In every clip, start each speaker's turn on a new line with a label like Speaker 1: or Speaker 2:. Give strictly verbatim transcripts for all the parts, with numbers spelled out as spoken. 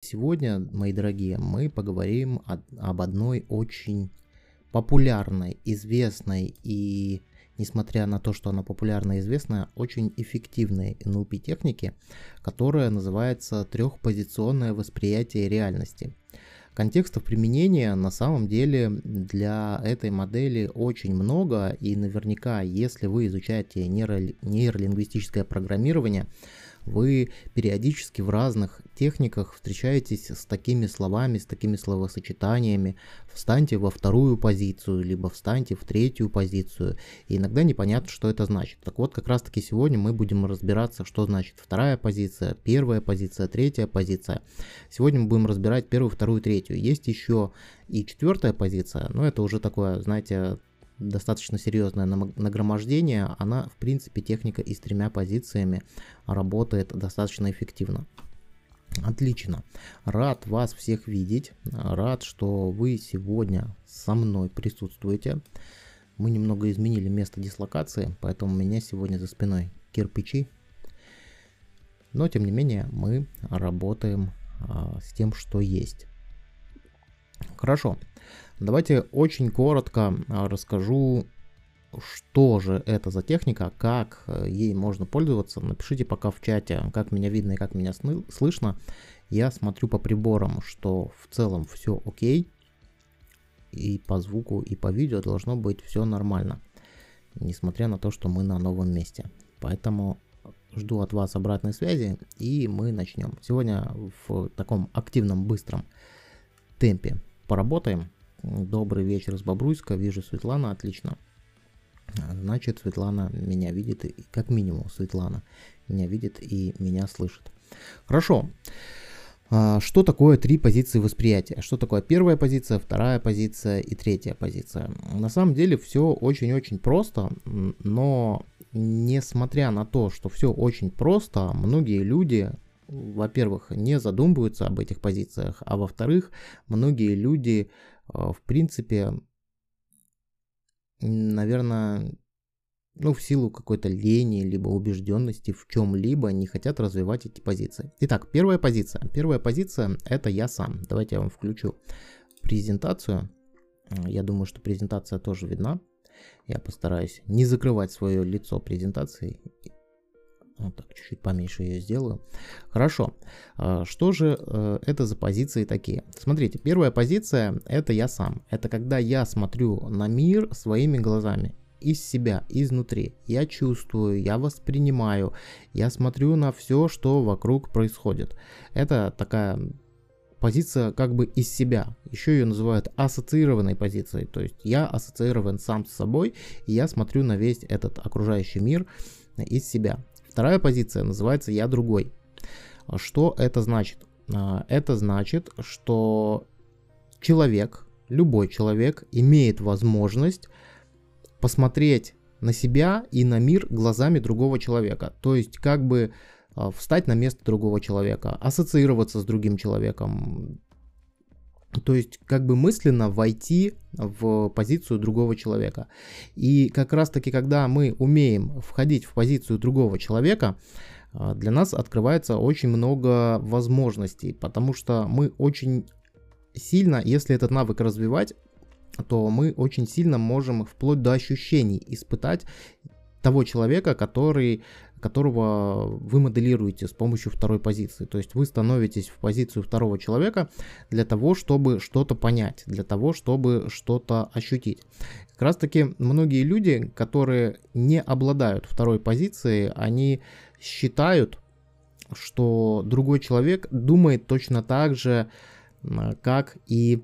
Speaker 1: Сегодня, мои дорогие, мы поговорим о- об одной очень популярной, известной и, несмотря на то, что она популярна и известная, очень эффективной эн эл пи технике, которая называется трехпозиционное восприятие реальности. Контекстов применения на самом деле для этой модели очень много, и наверняка, если вы изучаете нейро- нейролингвистическое программирование, вы периодически в разных техниках встречаетесь с такими словами, с такими словосочетаниями: встаньте во вторую позицию, либо встаньте в третью позицию. И иногда непонятно, что это значит. Так вот, как раз таки сегодня мы будем разбираться, что значит вторая позиция, первая позиция, третья позиция. Сегодня мы будем разбирать первую, вторую, третью. Есть еще и четвертая позиция, но это уже такое, знаете, достаточно серьезное нагромождение. Она, в принципе, техника и с тремя позициями работает достаточно эффективно. Отлично. Рад вас всех видеть. Рад, что вы сегодня со мной присутствуете. Мы немного изменили место дислокации, поэтому у меня сегодня за спиной кирпичи. Но, тем не менее, мы работаем а, с тем, что есть. Хорошо. Давайте очень коротко расскажу, что же это за техника, как ей можно пользоваться. Напишите пока в чате, как меня видно и как меня слышно. Я смотрю по приборам, что в целом все окей. И по звуку, и по видео должно быть все нормально, несмотря на то, что мы на новом месте. Поэтому жду от вас обратной связи, и мы начнем. Сегодня в таком активном, быстром темпе поработаем. Добрый вечер из Бобруйска. Вижу, Светлана, отлично. Значит, Светлана меня видит, и как минимум Светлана меня видит и меня слышит. Хорошо. Что такое три позиции восприятия? Что такое первая позиция, вторая позиция и третья позиция? На самом деле все очень-очень просто, но несмотря на то, что все очень просто, многие люди, во-первых, не задумываются об этих позициях, а во-вторых, многие люди, в принципе, наверное, ну, в силу какой-то лени, либо убежденности в чем-либо не хотят развивать эти позиции. Итак, первая позиция. Первая позиция – это я сам. Давайте я вам включу презентацию. Я думаю, что презентация тоже видна. Я постараюсь не закрывать свое лицо презентацией. Вот так, чуть-чуть поменьше ее сделаю. Хорошо. Что же это за позиции такие? Смотрите, первая позиция – это я сам. Это когда я смотрю на мир своими глазами. Из себя, изнутри. Я чувствую, я воспринимаю, я смотрю на все, что вокруг происходит. Это такая позиция как бы из себя. Еще ее называют ассоциированной позицией. То есть я ассоциирован сам с собой, и я смотрю на весь этот окружающий мир из себя. Вторая позиция называется «я другой». Что это значит? Это значит, что человек, любой человек имеет возможность посмотреть на себя и на мир глазами другого человека. То есть как бы встать на место другого человека, ассоциироваться с другим человеком. То есть как бы мысленно войти в позицию другого человека. И как раз таки, когда мы умеем входить в позицию другого человека, для нас открывается очень много возможностей, потому что мы очень сильно, если этот навык развивать, то мы очень сильно можем вплоть до ощущений испытать того человека, который, которого вы моделируете с помощью второй позиции. То есть вы становитесь в позицию второго человека для того, чтобы что-то понять, для того, чтобы что-то ощутить. Как раз таки многие люди, которые не обладают второй позицией, они считают, что другой человек думает точно так же, как и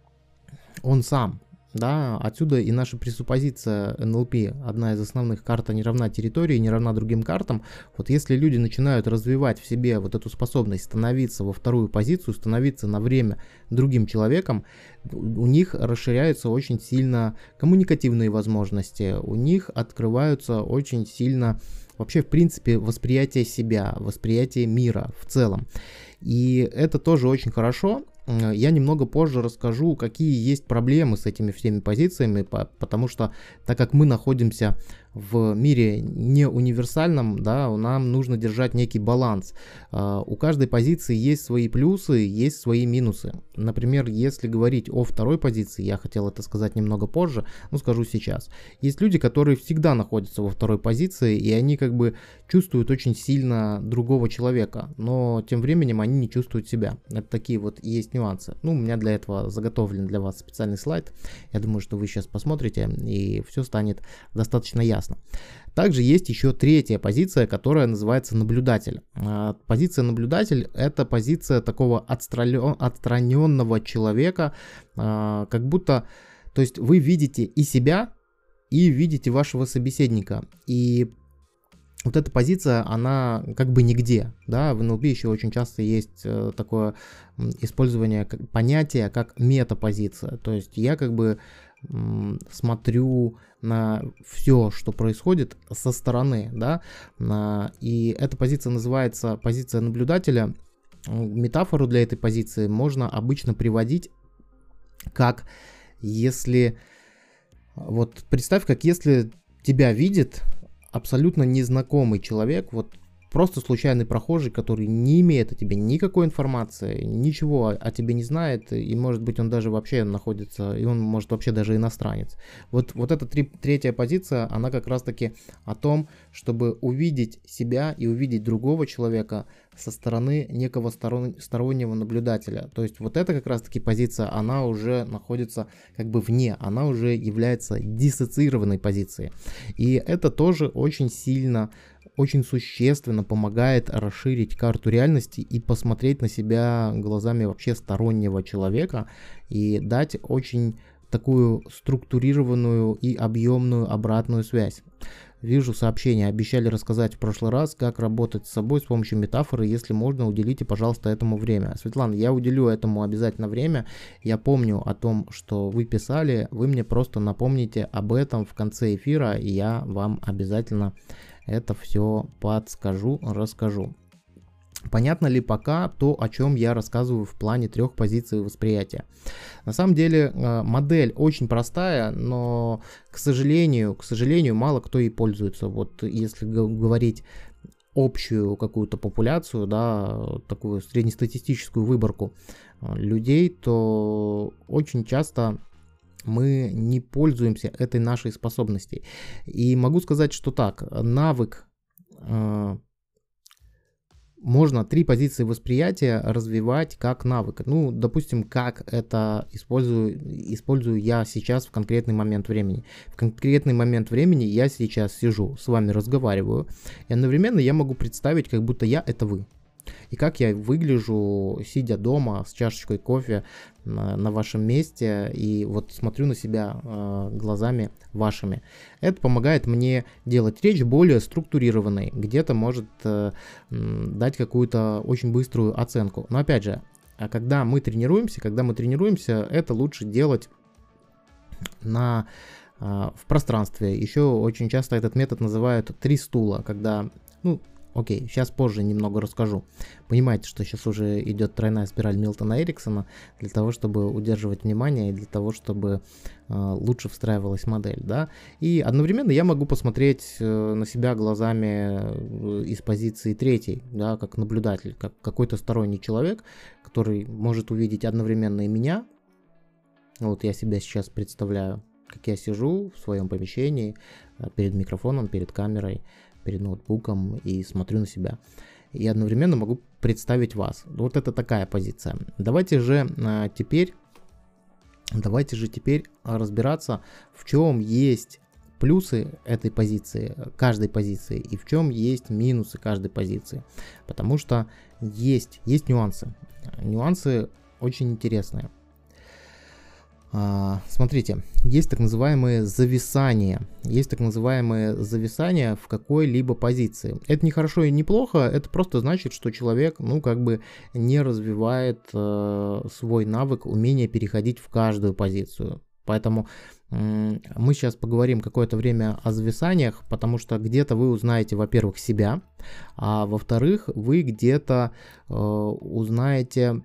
Speaker 1: он сам. Да, отсюда и наша пресуппозиция эн эл пи, одна из основных: карта не равна территории, не равна другим картам. Вот если люди начинают развивать в себе вот эту способность становиться во вторую позицию, становиться на время другим человеком, у них расширяются очень сильно коммуникативные возможности, у них открываются очень сильно вообще, в принципе, восприятие себя, восприятие мира в целом. И это тоже очень хорошо. Я немного позже расскажу, какие есть проблемы с этими всеми позициями, потому что, так как мы находимся в мире не универсальном, да, нам нужно держать некий баланс. У каждой позиции есть свои плюсы, есть свои минусы. Например, если говорить о второй позиции, я хотел это сказать немного позже, но скажу сейчас. Есть люди, которые всегда находятся во второй позиции, и они как бы чувствуют очень сильно другого человека, но тем временем они не чувствуют себя. Это такие вот есть нюансы. Ну, у меня для этого заготовлен для вас специальный слайд. Я думаю, что вы сейчас посмотрите, и все станет достаточно ясно. Также есть еще третья позиция, которая называется наблюдатель. Позиция наблюдатель — это позиция такого отстраненного человека, как будто, то есть вы видите и себя, и видите вашего собеседника. И вот эта позиция, она как бы нигде, да, в эн эл пи еще очень часто есть такое использование понятия, как метапозиция. То есть я как бы смотрю на все, что происходит со стороны, да, и эта позиция называется позиция наблюдателя. Метафору для этой позиции можно обычно приводить как если, вот представь, как если тебя видит абсолютно незнакомый человек, вот просто случайный прохожий, который не имеет о тебе никакой информации, ничего о тебе не знает, и может быть он даже вообще находится, и он может вообще даже иностранец. Вот, вот эта три, третья позиция, она как раз таки о том, чтобы увидеть себя и увидеть другого человека со стороны некого сторон, стороннего наблюдателя. То есть вот эта как раз таки позиция, она уже находится как бы вне, она уже является диссоциированной позицией. И это тоже очень сильно, очень существенно помогает расширить карту реальности и посмотреть на себя глазами вообще стороннего человека и дать очень такую структурированную и объемную обратную связь. Вижу сообщение, обещали рассказать в прошлый раз, как работать с собой с помощью метафоры, если можно, уделите, пожалуйста, этому время. Светлана, я уделю этому обязательно время, я помню о том, что вы писали, вы мне просто напомните об этом в конце эфира, и я вам обязательно это все подскажу, расскажу. Понятно ли пока то, о чем я рассказываю в плане трех позиций восприятия? На самом деле модель очень простая, но, к сожалению, к сожалению, мало кто ей пользуется. Вот если говорить общую какую-то популяцию, да, такую среднестатистическую выборку людей, то очень часто мы не пользуемся этой нашей способностью. И могу сказать, что так, навык, э, можно три позиции восприятия развивать как навык. Ну, допустим, как это использую, использую я сейчас в конкретный момент времени. В конкретный момент времени я сейчас сижу, с вами разговариваю, и одновременно я могу представить, как будто я — это вы. И как я выгляжу, сидя дома с чашечкой кофе на, на вашем месте, и вот смотрю на себя э, глазами вашими. Это помогает мне делать речь более структурированной, где-то может э, дать какую-то очень быструю оценку. Но опять же, когда мы тренируемся, когда мы тренируемся, это лучше делать на, э, в пространстве. Еще очень часто этот метод называют три стула, когда, ну, окей, сейчас позже немного расскажу. Понимаете, что сейчас уже идет тройная спираль Милтона Эриксона для того, чтобы удерживать внимание и для того, чтобы э, лучше встраивалась модель, да. И одновременно я могу посмотреть э, на себя глазами э, из позиции третьей, да, как наблюдатель, как какой-то сторонний человек, который может увидеть одновременно и меня. Вот я себя сейчас представляю, как я сижу в своем помещении э, перед микрофоном, перед камерой, перед ноутбуком и смотрю на себя. И одновременно могу представить вас. Вот это такая позиция. Давайте же а, теперь, давайте же теперь разбираться, в чем есть плюсы этой позиции, каждой позиции, и в чем есть минусы каждой позиции. Потому что есть, есть нюансы. Нюансы очень интересные. Смотрите, есть так называемые зависания. Есть так называемые зависания в какой-либо позиции. Это не хорошо и не плохо, это просто значит, что человек, ну, как бы не развивает э, свой навык умения переходить в каждую позицию. Поэтому э, мы сейчас поговорим какое-то время о зависаниях, потому что где-то вы узнаете, во-первых, себя, а во-вторых, вы где-то э, узнаете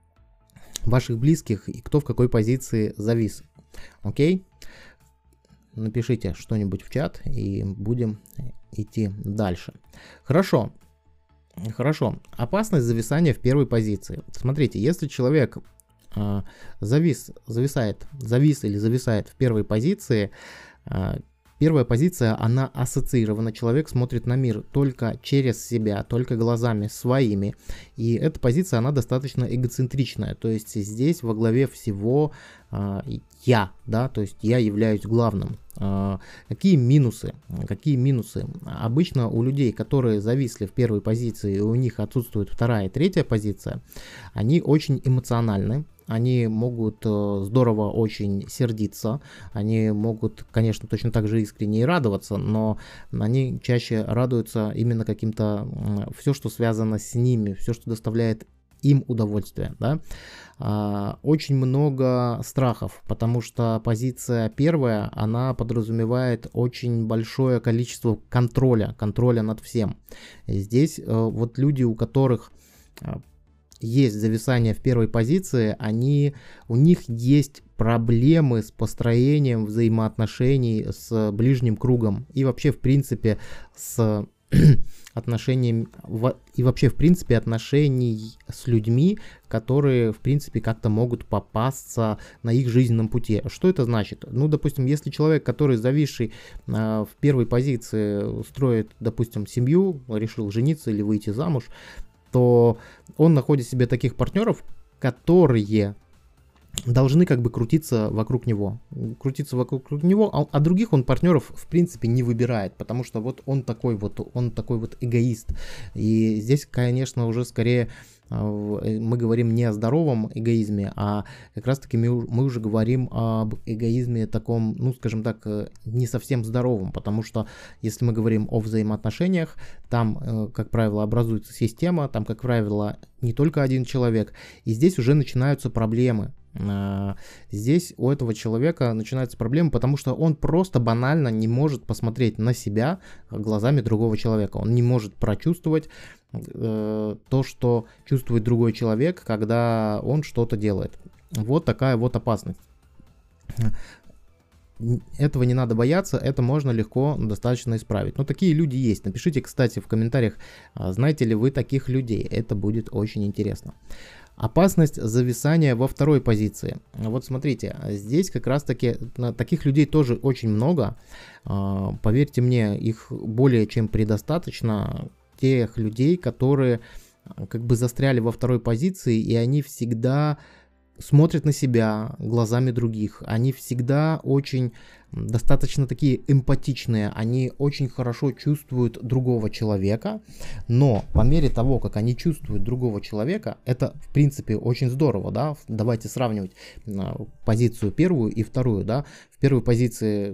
Speaker 1: ваших близких и кто в какой позиции завис. Окей? напишите что-нибудь в чат и будем идти дальше. Хорошо. Хорошо. Опасность зависания в первой позиции. Смотрите, если человек э, завис, зависает, завис или зависает в первой позиции, э, первая позиция, она ассоциирована. Человек смотрит на мир только через себя, только глазами своими. И эта позиция, она достаточно эгоцентричная. То есть здесь во главе всего э, я, да, то есть я являюсь главным. Э, какие минусы? Какие минусы? Обычно у людей, которые зависли в первой позиции, и у них отсутствует вторая и третья позиция, они очень эмоциональны. Они могут э, здорово очень сердиться, они могут, конечно, точно так же искренне и радоваться, но они чаще радуются именно каким-то, э, все, что связано с ними, все, что доставляет им удовольствие, да. А, очень много страхов, потому что позиция первая, она подразумевает очень большое количество контроля, контроля над всем. Здесь э, вот люди, у которых есть зависание в первой позиции, они, у них есть проблемы с построением взаимоотношений с ближним кругом и вообще в принципе с отношением и вообще в принципе отношений с людьми, которые в принципе как-то могут попасться на их жизненном пути. Что это значит? Ну, допустим, если человек, который зависший э, в первой позиции, строит, допустим, семью, решил жениться или выйти замуж, то он находит себе таких партнеров, которые должны как бы крутиться вокруг него, крутиться вокруг него, а, а других он партнеров в принципе не выбирает, потому что вот он такой вот, он такой вот эгоист. И здесь, конечно, уже скорее мы говорим не о здоровом эгоизме, а как раз таки мы, мы уже говорим об эгоизме таком, ну скажем так, не совсем здоровом, потому что если мы говорим о взаимоотношениях, там, как правило, образуется система, там, как правило, не только один человек, и здесь уже начинаются проблемы. Здесь у этого человека начинаются проблемы, потому что он просто банально не может посмотреть на себя глазами другого человека. Он не может прочувствовать э, то, что чувствует другой человек, когда он что-то делает. Вот такая вот опасность. Этого не надо бояться, это можно легко достаточно исправить. Но такие люди есть. Напишите, кстати, в комментариях, знаете ли вы таких людей. Это будет очень интересно. Опасность зависания во второй позиции. Вот смотрите, здесь как раз таки таких людей тоже очень много. Поверьте мне, их более чем предостаточно. Тех людей, которые как бы застряли во второй позиции, и они всегда смотрят на себя глазами других. Они всегда очень достаточно такие эмпатичные, они очень хорошо чувствуют другого человека, но по мере того, как они чувствуют другого человека, это в принципе очень здорово, да, давайте сравнивать позицию первую и вторую, да, в первой позиции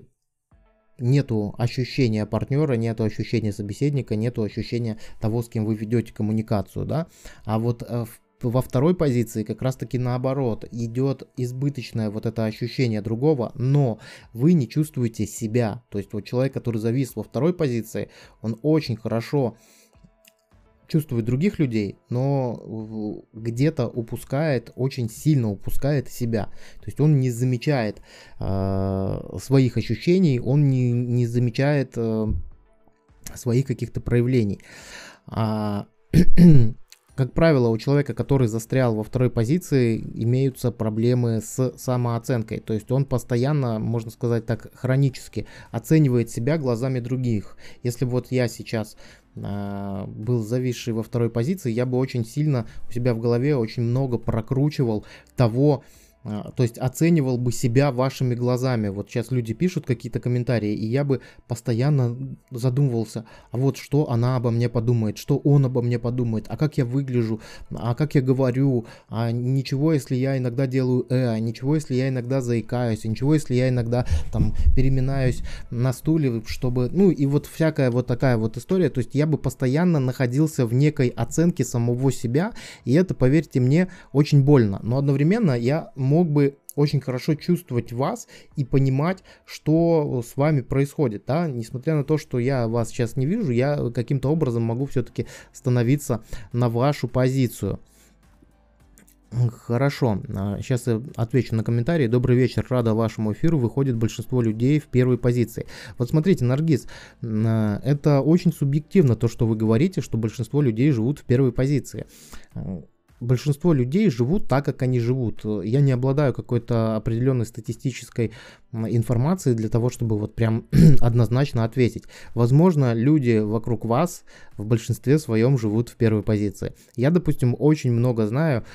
Speaker 1: нету ощущения партнера, нету ощущения собеседника, нету ощущения того, с кем вы ведете коммуникацию, да, а вот в во второй позиции как раз таки наоборот, идет избыточное вот это ощущение другого, но вы не чувствуете себя. То есть вот человек, который завис во второй позиции, он очень хорошо чувствует других людей, но где-то упускает, очень сильно упускает себя. То есть он не замечает э, своих ощущений, он не, не замечает э, своих каких-то проявлений. А, Как правило, у человека, который застрял во второй позиции, имеются проблемы с самооценкой. То есть он постоянно, можно сказать так, хронически оценивает себя глазами других. Если вот я сейчас э, был зависший во второй позиции, я бы очень сильно у себя в голове очень много прокручивал того, то есть оценивал бы себя вашими глазами. Вот сейчас люди пишут какие-то комментарии, и я бы постоянно задумывался, а вот что она обо мне подумает, что он обо мне подумает, а как я выгляжу, а как я говорю, а ничего, если я иногда делаю э, а ничего, если я иногда заикаюсь, ничего, если я иногда там переминаюсь на стуле, чтобы, ну и вот всякая вот такая вот история. То есть я бы постоянно находился в некой оценке самого себя, и это, поверьте мне, очень больно. Но одновременно я мог бы очень хорошо чувствовать вас и понимать, что с вами происходит, да, несмотря на то, что я вас сейчас не вижу, я каким-то образом могу все-таки становиться на вашу позицию. Хорошо, сейчас я отвечу на комментарии. Добрый вечер, рада вашему эфиру. Выходит большинство людей в первой позиции. Вот смотрите, Наргиз, это очень субъективно то, что вы говорите, что большинство людей живут в первой позиции. Большинство людей живут так, как они живут. Я не обладаю какой-то определенной статистической информацией для того, чтобы вот прям однозначно ответить. Возможно, люди вокруг вас в большинстве своем живут в первой позиции. Я, допустим, очень много знаю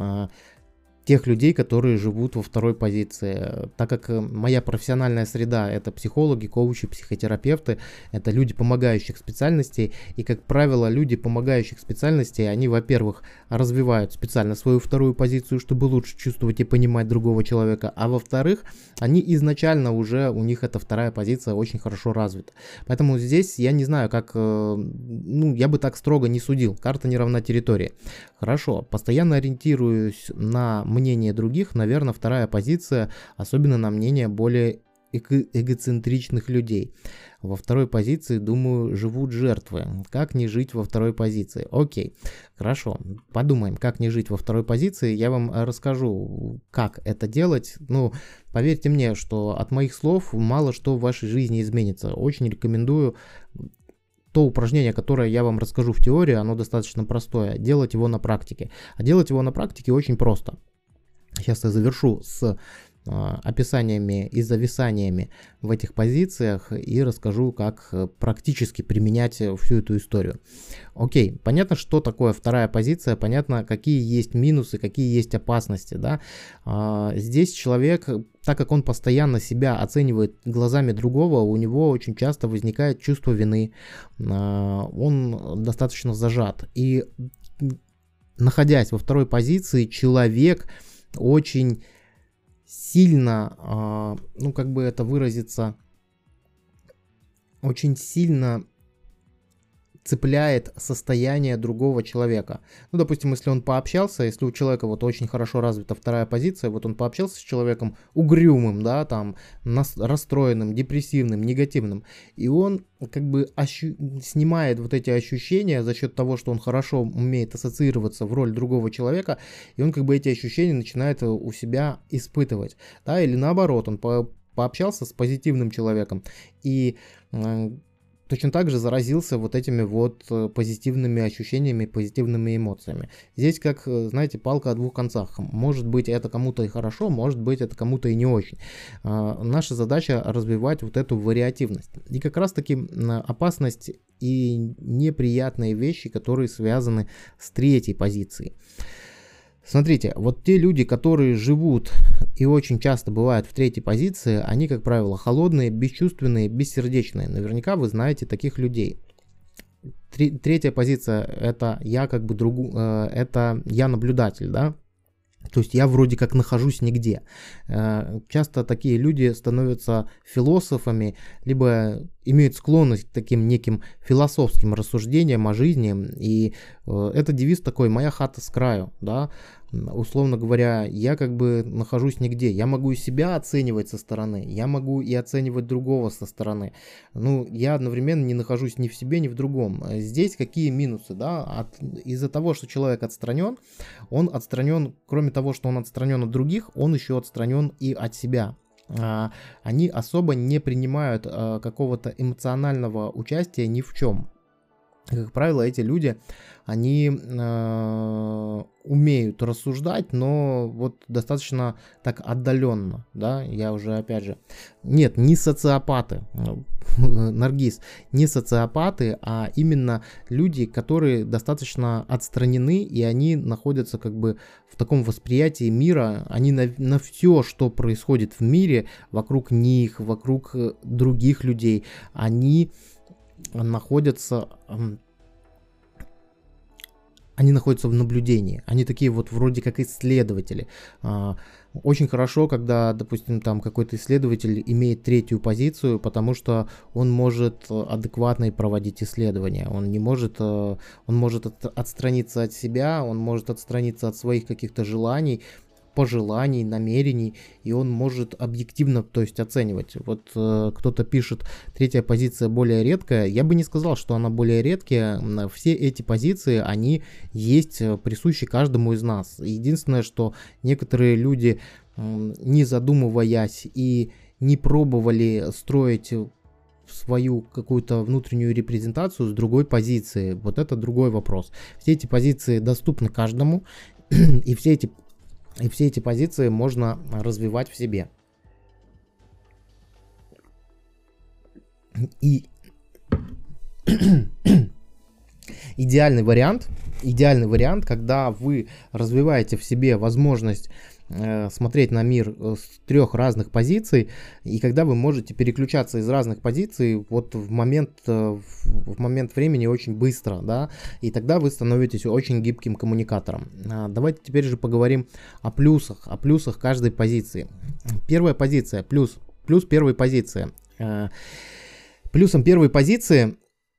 Speaker 1: тех людей, которые живут во второй позиции. Так как моя профессиональная среда — это психологи, коучи, психотерапевты, это люди помогающих специальностей, и, как правило, люди помогающих специальностей, они, во-первых, развивают специально свою вторую позицию, чтобы лучше чувствовать и понимать другого человека, а во-вторых, они изначально уже, у них эта вторая позиция очень хорошо развита. Поэтому здесь я не знаю, как, ну, я бы так строго не судил, карта не равна территории. Хорошо, постоянно ориентируюсь на мнение других, наверное, вторая позиция, особенно на мнение более эго- эгоцентричных людей. Во второй позиции, думаю, живут жертвы. Как не жить во второй позиции? Окей, хорошо, подумаем, как не жить во второй позиции. Я вам расскажу, как это делать. Ну, поверьте мне, что от моих слов мало что в вашей жизни изменится. Очень рекомендую то упражнение, которое я вам расскажу в теории, оно достаточно простое. Делать его на практике. А делать его на практике очень просто. Сейчас я завершу с э, описаниями и зависаниями в этих позициях и расскажу, как практически применять всю эту историю. Окей, понятно, что такое вторая позиция, понятно, какие есть минусы, какие есть опасности. Да? Э, здесь человек, так как он постоянно себя оценивает глазами другого, у него очень часто возникает чувство вины, э, он достаточно зажат. И находясь во второй позиции, человек очень сильно, ну как бы это выразиться, очень сильно цепляет состояние другого человека. Ну, допустим, если он пообщался, если у человека вот очень хорошо развита вторая позиция, вот он пообщался с человеком угрюмым, да, там, нас, расстроенным, депрессивным, негативным, и он как бы ощу- снимает вот эти ощущения за счет того, что он хорошо умеет ассоциироваться в роль другого человека, и он как бы эти ощущения начинает у себя испытывать, да, или наоборот, он по- пообщался с позитивным человеком, и точно так же заразился вот этими вот позитивными ощущениями, позитивными эмоциями. Здесь, как, знаете, палка о двух концах. Может быть, это кому-то и хорошо, может быть, это кому-то и не очень. А, наша задача развивать вот эту вариативность. И как раз-таки опасность и неприятные вещи, которые связаны с третьей позицией. Смотрите, вот те люди, которые живут и очень часто бывают в третьей позиции, они, как правило, холодные, бесчувственные, бессердечные. Наверняка вы знаете таких людей. Третья позиция — это я как бы другу, это я наблюдатель, да? То есть я вроде как нахожусь нигде. Часто такие люди становятся философами, либо имеют склонность к таким неким философским рассуждениям о жизни. И это девиз такой: «Моя хата с краю». Да? Условно говоря, я как бы нахожусь нигде. Я могу и себя оценивать со стороны, я могу и оценивать другого со стороны. Ну, я одновременно не нахожусь ни в себе, ни в другом. Здесь какие минусы? Да? От, из-за того, что человек отстранен, он отстранен, кроме того, что он отстранен от других, он еще отстранен и от себя. Они особо не принимают какого-то эмоционального участия ни в чем. Как правило, эти люди, они э, умеют рассуждать, но вот достаточно так отдаленно, да, я уже опять же, нет, не социопаты, Наргиз, не социопаты, а именно люди, которые достаточно отстранены, и они находятся как бы в таком восприятии мира, они на, на все, что происходит в мире, вокруг них, вокруг других людей, они находятся, они находятся в наблюдении, они такие вот вроде как исследователи. Очень хорошо, когда, допустим, там какой-то исследователь имеет третью позицию, потому что он может адекватно проводить исследования, он не может, он может отстраниться от себя, он может отстраниться от своих каких-то желаний пожеланий, намерений, и он может объективно, то есть, оценивать. Вот э, кто-то пишет, третья позиция более редкая. Я бы не сказал, что она более редкая. Все эти позиции, они есть, присущи каждому из нас. Единственное, что некоторые люди, э, не задумываясь и не пробовали строить свою какую-то внутреннюю репрезентацию с другой позиции. Вот это другой вопрос. Все эти позиции доступны каждому, и все эти И все эти позиции можно развивать в себе. И идеальный вариант, идеальный вариант, когда вы развиваете в себе возможность э, смотреть на мир с трех разных позиций, и когда вы можете переключаться из разных позиций вот в момент, э, в момент времени очень быстро, да, и тогда вы становитесь очень гибким коммуникатором. А, давайте теперь же поговорим о плюсах, о плюсах каждой позиции. Первая позиция, плюс, плюс первой позиции. Э, плюсом первой позиции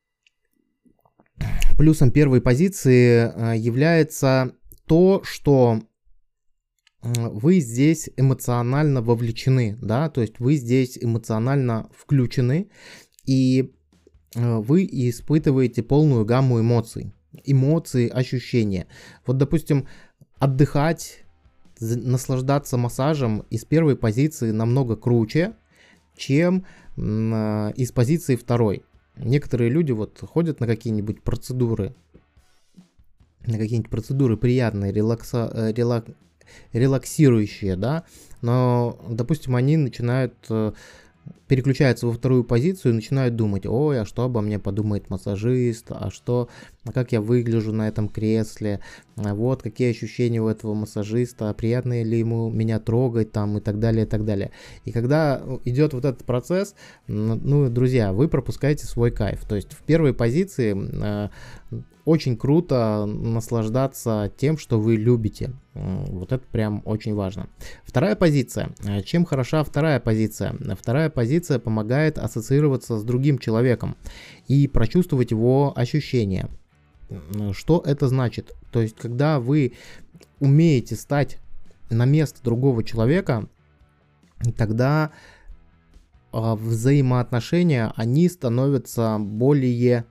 Speaker 1: Плюсом первой позиции является то, что вы здесь эмоционально вовлечены, да, то есть вы здесь эмоционально включены, и вы испытываете полную гамму эмоций, эмоций, ощущения. Вот, допустим, отдыхать, наслаждаться массажем из первой позиции намного круче, чем из позиции второй. Некоторые люди вот ходят на какие-нибудь процедуры, на какие-нибудь процедуры приятные, релакса, релак, релаксирующие, да, но, допустим, они начинают, переключаются во вторую позицию и начинают думать: ой, а что обо мне подумает массажист, а что, а как я выгляжу на этом кресле, а вот какие ощущения у этого массажиста, приятно ли ему меня трогать там и так далее, и так далее. И когда идет вот этот процесс, ну, друзья, вы пропускаете свой кайф. То есть в первой позиции э, очень круто наслаждаться тем, что вы любите. Вот это прям очень важно. Вторая позиция. Чем хороша вторая позиция? Вторая позиция помогает ассоциироваться с другим человеком и прочувствовать его ощущения. Что это значит? То есть, когда вы умеете стать на место другого человека, тогда взаимоотношения, они становятся более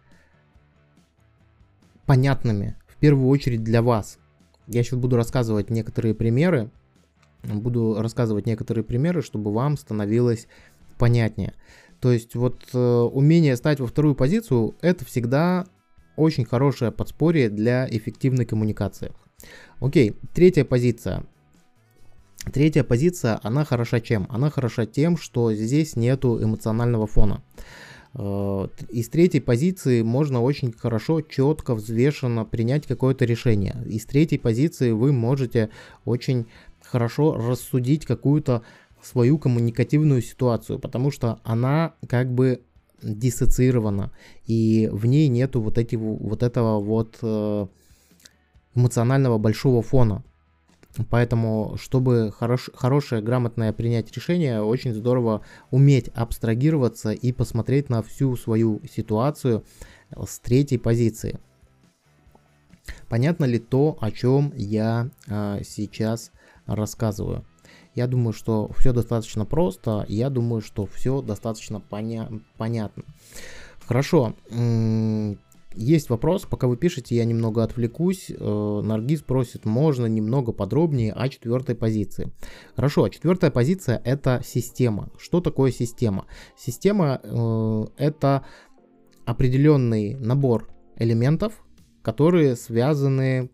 Speaker 1: понятными, в первую очередь для вас. Я сейчас буду рассказывать некоторые примеры, буду рассказывать некоторые примеры, чтобы вам становилось понятнее. То есть вот э, умение стать во вторую позицию — это всегда очень хорошее подспорье для эффективной коммуникации. Окей, третья позиция. Третья позиция, она хороша чем? Она хороша тем, что здесь нету эмоционального фона. Из третьей позиции можно очень хорошо, четко, взвешенно принять какое-то решение. Из третьей позиции вы можете очень хорошо рассудить какую-то свою коммуникативную ситуацию, потому что она как бы диссоциирована, и в ней нету вот, эти, вот этого вот эмоционального большого фона. Поэтому, чтобы хорош, хорошее, грамотное принять решение, очень здорово уметь абстрагироваться и посмотреть на всю свою ситуацию с третьей позиции. Понятно ли то, о чем я а, сейчас рассказываю? Я думаю, что все достаточно просто, я думаю, что все достаточно поня- понятно. Хорошо. Есть вопрос, пока вы пишете, я немного отвлекусь. Наргиз просит, можно немного подробнее о четвертой позиции. Хорошо, четвертая позиция — это система. Что такое система? Система э, — это определенный набор элементов, которые связаны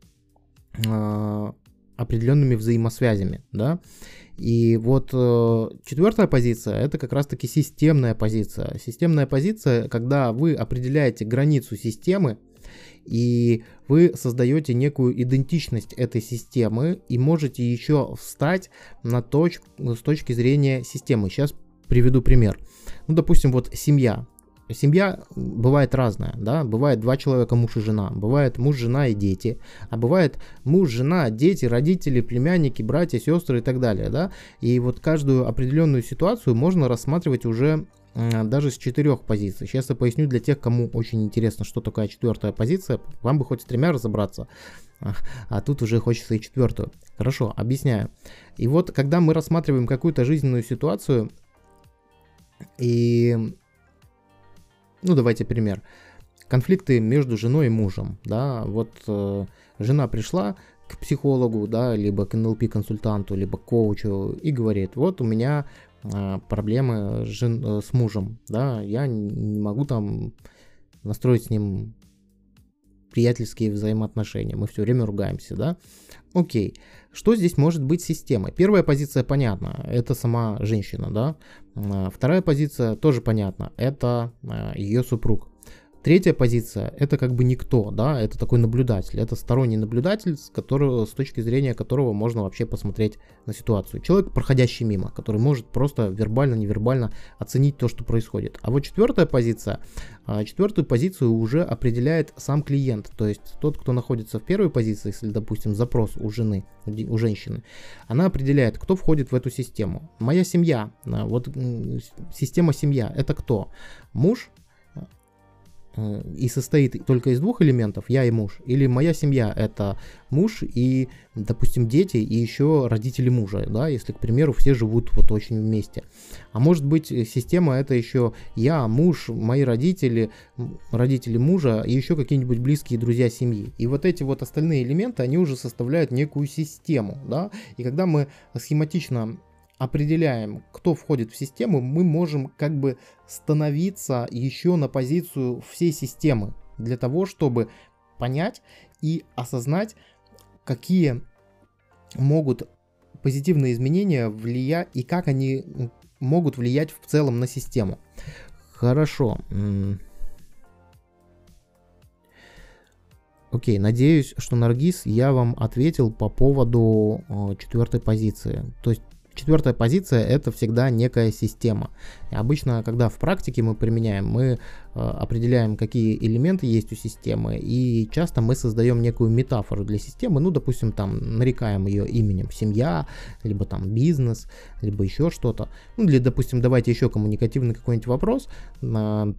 Speaker 1: э, определенными взаимосвязями, да? И вот э, четвертая позиция — это как раз-таки системная позиция. Системная позиция, когда вы определяете границу системы, и вы создаете некую идентичность этой системы, и можете еще встать на точ- с точки зрения системы. Сейчас приведу пример. Ну, допустим, вот семья. Семья бывает разная, да, бывает два человека, муж и жена, бывает муж, жена и дети, а бывает муж, жена, дети, родители, племянники, братья, сестры и так далее, да, и вот каждую определенную ситуацию можно рассматривать уже даже с четырех позиций. Сейчас я поясню для тех, кому очень интересно, что такое четвертая позиция. Вам бы хоть с тремя разобраться, а тут уже хочется и четвертую. Хорошо, объясняю. И вот, когда мы рассматриваем какую-то жизненную ситуацию, и, ну, давайте пример. Конфликты между женой и мужем, да, вот э, жена пришла к психологу, да, либо к эн эл пи-консультанту, либо к коучу и говорит, вот у меня э, проблемы жен, э, с мужем, да, я не могу там настроить с ним приятельские взаимоотношения, мы все время ругаемся, да. Окей, что здесь может быть системой? Первая позиция понятна, это сама женщина, да. Вторая позиция тоже понятна, это ее супруг. Третья позиция, это как бы никто, да, это такой наблюдатель, это сторонний наблюдатель, с, которого, с точки зрения которого можно вообще посмотреть на ситуацию. Человек, проходящий мимо, который может просто вербально, невербально оценить то, что происходит. А вот четвертая позиция, четвертую позицию уже определяет сам клиент, то есть тот, кто находится в первой позиции, если, допустим, запрос у жены, у женщины, она определяет, кто входит в эту систему. Моя семья, вот система семья, это кто? Муж, и состоит только из двух элементов, я и муж, или моя семья это муж и, допустим, дети и еще родители мужа, да, если, к примеру, все живут вот очень вместе. А может быть, система это еще я, муж, мои родители, родители мужа и еще какие-нибудь близкие друзья семьи. И вот эти вот остальные элементы, они уже составляют некую систему, да, и когда мы схематично определяем, кто входит в систему, мы можем как бы становиться еще на позицию всей системы для того, чтобы понять и осознать, какие могут позитивные изменения влиять и как они могут влиять в целом на систему. Хорошо. Окей, надеюсь, что, Наргиз, я вам ответил по поводу четвертой позиции. То есть четвертая позиция это всегда некая система. И обычно, когда в практике мы применяем, мы э, определяем, какие элементы есть у системы, и часто мы создаем некую метафору для системы, ну, допустим, там нарекаем ее именем семья, либо там бизнес, либо еще что-то. Ну, или, допустим, давайте еще коммуникативный какой-нибудь вопрос. Э,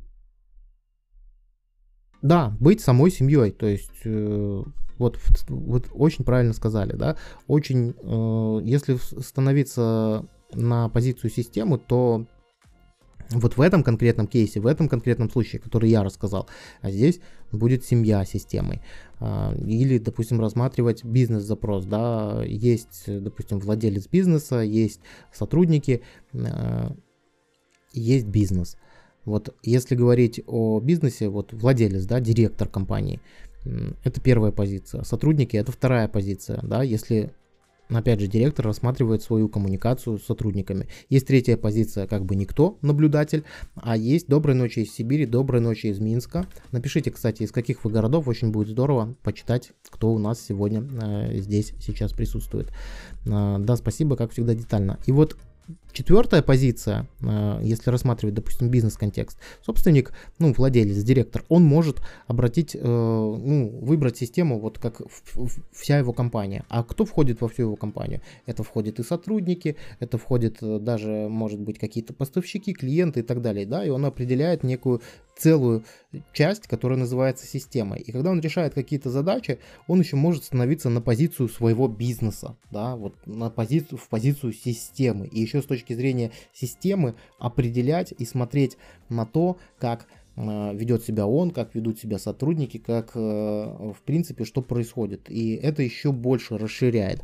Speaker 1: да, быть самой семьей, то есть... Э, Вот, вот очень правильно сказали, да, очень, э, если становиться на позицию системы, то вот в этом конкретном кейсе, в этом конкретном случае, который я рассказал, а здесь будет семья системой. Э, или, допустим, рассматривать бизнес-запрос, да, есть, допустим, владелец бизнеса, есть сотрудники, э, есть бизнес. Вот если говорить о бизнесе, вот владелец, да, директор компании, это первая позиция. Сотрудники это вторая позиция, да, если, опять же, директор рассматривает свою коммуникацию с сотрудниками. Есть третья позиция, как бы никто, наблюдатель, а есть доброй ночи из Сибири, доброй ночи из Минска. Напишите, кстати, из каких вы городов, очень будет здорово почитать, кто у нас сегодня э, здесь сейчас присутствует. Э, да, спасибо, как всегда, детально. И вот четвертая позиция, если рассматривать, допустим, бизнес-контекст, собственник, ну, владелец, директор, он может обратить, ну, выбрать систему, вот как вся его компания. А кто входит во всю его компанию? Это входит и сотрудники, это входит даже, может быть, какие-то поставщики, клиенты и так далее, да, и он определяет некую целую часть, которая называется системой. И когда он решает какие-то задачи, он еще может становиться на позицию своего бизнеса, да, вот на позицию, в позицию системы. И еще с точки зрения системы определять и смотреть на то, как э, ведет себя он, как ведут себя сотрудники, как, э, в принципе, что происходит. И это еще больше расширяет.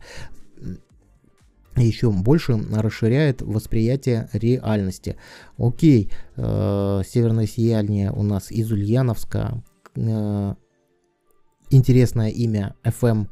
Speaker 1: еще больше расширяет восприятие реальности. Окей, э, северное сияние у нас из Ульяновска. Э, интересное имя эф эм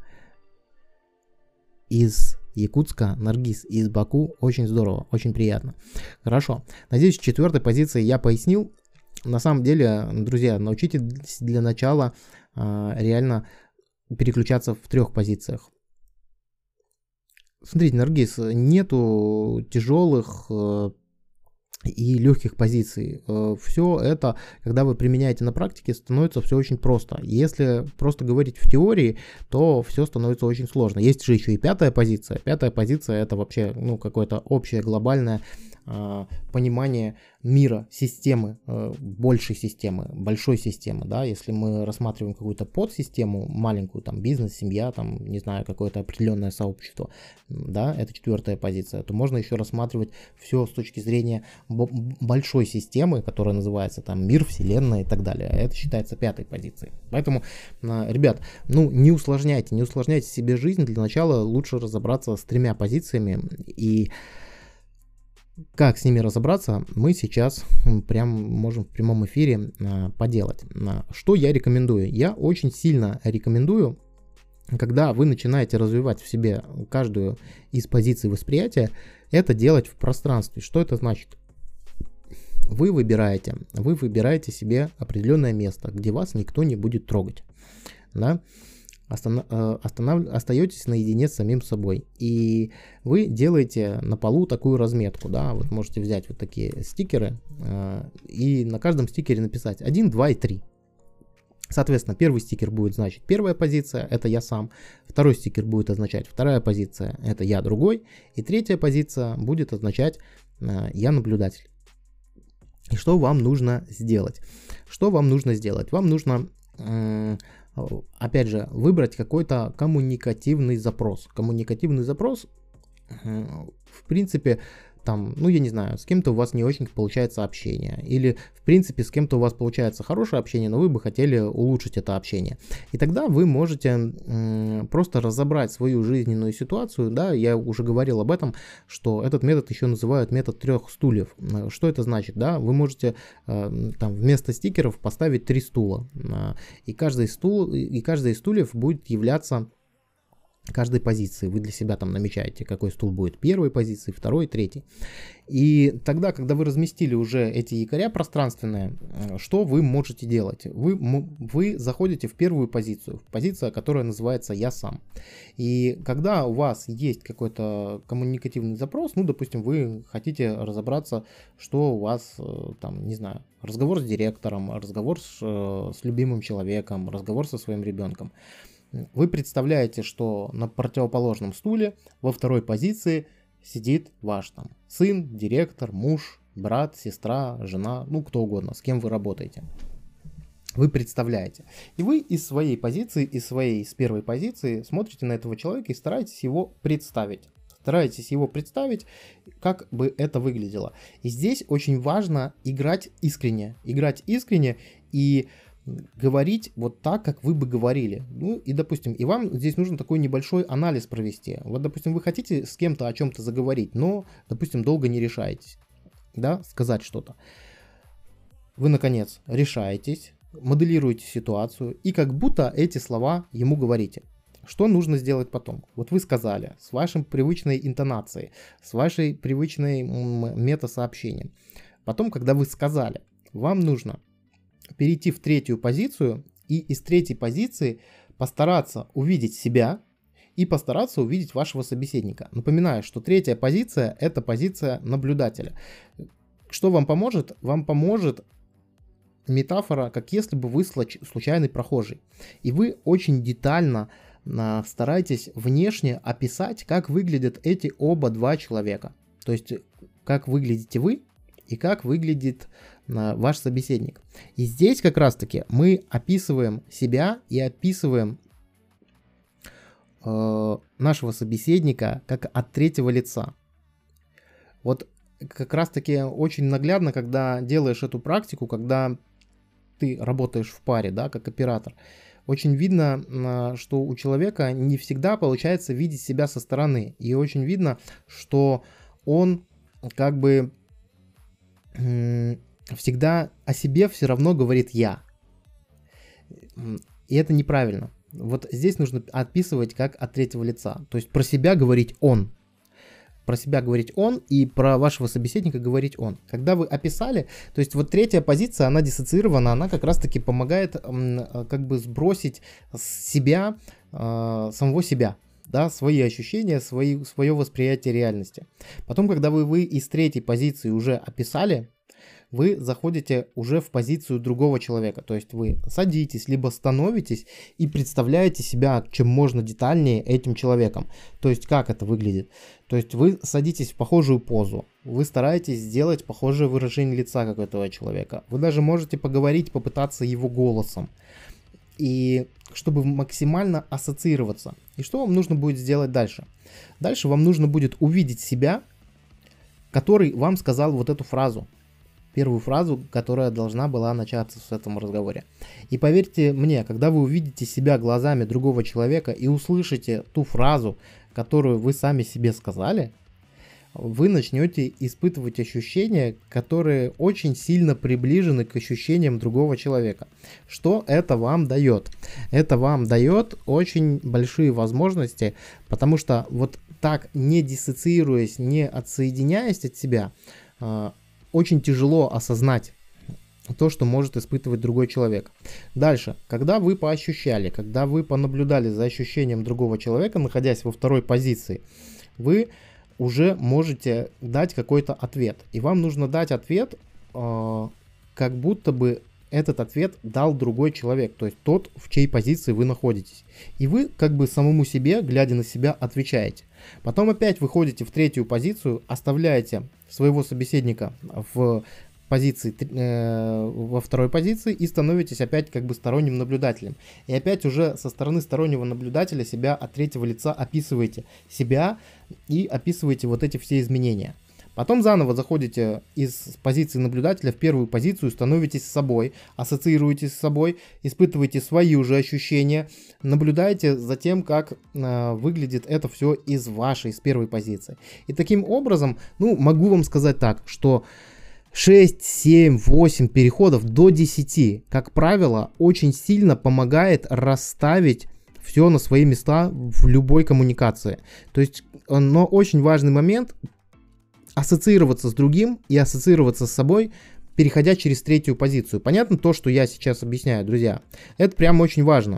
Speaker 1: из Якутска, Наргиз из Баку. Очень здорово, очень приятно. Хорошо. Надеюсь, в четвертой позиции я пояснил. На самом деле, друзья, научитесь для начала э, реально переключаться в трех позициях. Смотрите, Наргиз, нету тяжелых э, и легких позиций. Э, все это, когда вы применяете на практике, становится все очень просто. Если просто говорить в теории, то все становится очень сложно. Есть же еще и пятая позиция. Пятая позиция — это вообще, ну, какое-то общее глобальное э, понимание мира, системы, э, большей системы, большой системы, да, если мы рассматриваем какую-то подсистему, маленькую, там, бизнес, семья, там, не знаю, какое-то определенное сообщество, да, это четвертая позиция, то можно еще рассматривать все с точки зрения большой системы, которая называется там мир, вселенная и так далее, а это считается пятой позицией. Поэтому, э, ребят, ну, не усложняйте, не усложняйте себе жизнь, для начала лучше разобраться с тремя позициями, и как с ними разобраться, мы сейчас прям можем в прямом эфире а, поделать. А, что я рекомендую? Я очень сильно рекомендую, когда вы начинаете развивать в себе каждую из позиций восприятия, это делать в пространстве. Что это значит? Вы выбираете, вы выбираете себе определенное место, где вас никто не будет трогать. Да? Останов... Останов... Остаетесь наедине с самим собой. И вы делаете на полу такую разметку. Да? Вы можете взять вот такие стикеры э, и на каждом стикере написать один, два и три. Соответственно, первый стикер будет значить первая позиция, это я сам. Второй стикер будет означать вторая позиция, это я другой. И третья позиция будет означать э, я наблюдатель. И что вам нужно сделать? Что вам нужно сделать? Вам нужно... Э, Опять же, выбрать какой-то коммуникативный запрос. Коммуникативный запрос, в принципе, там, ну я не знаю, с кем-то у вас не очень получается общение. Или, в принципе, с кем-то у вас получается хорошее общение, но вы бы хотели улучшить это общение. И тогда вы можете м, просто разобрать свою жизненную ситуацию. Да, я уже говорил об этом, что этот метод еще называют метод трех стульев. Что это значит? Да, вы можете э, там вместо стикеров поставить три стула. И каждый стул, и каждый из стульев будет являться каждой позиции. Вы для себя там намечаете, какой стул будет первой позиции, второй, третий. И тогда, когда вы разместили уже эти якоря пространственные, что вы можете делать? Вы, вы заходите в первую позицию, позиция, которая называется «Я сам». И когда у вас есть какой-то коммуникативный запрос, ну, допустим, вы хотите разобраться, что у вас, там, не знаю, разговор с директором, разговор с, с любимым человеком, разговор со своим ребенком. Вы представляете, что на противоположном стуле во второй позиции сидит ваш там сын, директор, муж, брат, сестра, жена, ну кто угодно, с кем вы работаете. Вы представляете. И вы из своей позиции, из своей, из первой позиции смотрите на этого человека и стараетесь его представить. Стараетесь его представить, как бы это выглядело. И здесь очень важно играть искренне. Играть искренне и говорить вот так, как вы бы говорили. Ну и, допустим, и вам здесь нужно такой небольшой анализ провести. Вот, допустим, вы хотите с кем-то о чем-то заговорить, но, допустим, долго не решаетесь, да, сказать что-то. Вы, наконец, решаетесь, моделируете ситуацию и как будто эти слова ему говорите. Что нужно сделать потом? Вот вы сказали, с вашей привычной интонацией, с вашей привычной метасообщением. Потом, когда вы сказали, вам нужно перейти в третью позицию и из третьей позиции постараться увидеть себя и постараться увидеть вашего собеседника. Напоминаю, что третья позиция – это позиция наблюдателя. Что вам поможет? Вам поможет метафора, как если бы вы случайный прохожий. И вы очень детально стараетесь внешне описать, как выглядят эти оба два человека. То есть, как выглядите вы и как выглядит ваш собеседник. И здесь как раз таки мы описываем себя и описываем э, нашего собеседника как от третьего лица. Вот как раз таки очень наглядно, когда делаешь эту практику, когда ты работаешь в паре, да, как оператор, очень видно, что у человека не всегда получается видеть себя со стороны. И очень видно, что он как бы всегда о себе все равно говорит «я». И это неправильно. Вот здесь нужно описывать как от третьего лица. То есть про себя говорить «он». Про себя говорить «он» и про вашего собеседника говорить «он». Когда вы описали, то есть вот третья позиция, она диссоциирована, она как раз-таки помогает как бы сбросить с себя, самого себя. Да, свои ощущения, свои, свое восприятие реальности. Потом, когда вы, вы из третьей позиции уже описали, вы заходите уже в позицию другого человека. То есть вы садитесь, либо становитесь и представляете себя чем можно детальнее этим человеком. То есть как это выглядит? То есть вы садитесь в похожую позу, вы стараетесь сделать похожее выражение лица, как у этого человека. Вы даже можете поговорить, попытаться его голосом. И чтобы максимально ассоциироваться. И что вам нужно будет сделать дальше? Дальше вам нужно будет увидеть себя, который вам сказал вот эту фразу. Первую фразу, которая должна была начаться с этом разговоре. И поверьте мне, когда вы увидите себя глазами другого человека и услышите ту фразу, которую вы сами себе сказали, вы начнете испытывать ощущения, которые очень сильно приближены к ощущениям другого человека. Что это вам дает? Это вам дает очень большие возможности, потому что вот так, не диссоциируясь, не отсоединяясь от себя, очень тяжело осознать то, что может испытывать другой человек. Дальше, когда вы поощущали, когда вы понаблюдали за ощущением другого человека, находясь во второй позиции, вы уже можете дать какой-то ответ. И вам нужно дать ответ, э, как будто бы этот ответ дал другой человек, то есть тот, в чьей позиции вы находитесь. И вы как бы самому себе, глядя на себя, отвечаете. Потом опять выходите в третью позицию, оставляете своего собеседника в позиции, э, во второй позиции и становитесь опять как бы сторонним наблюдателем. И опять уже со стороны стороннего наблюдателя себя от третьего лица описываете себя и описываете вот эти все изменения. Потом заново заходите из позиции наблюдателя в первую позицию, становитесь с собой, ассоциируетесь с собой, испытываете свои уже ощущения, наблюдаете за тем, как э, выглядит это все из вашей, с первой позиции. И таким образом, ну, могу вам сказать так, что шесть, семь, восемь переходов до десяти, как правило, очень сильно помогает расставить все на свои места в любой коммуникации. То есть, но очень важный момент — ассоциироваться с другим и ассоциироваться с собой, переходя через третью позицию. Понятно то, что я сейчас объясняю, друзья? Это прям очень важно.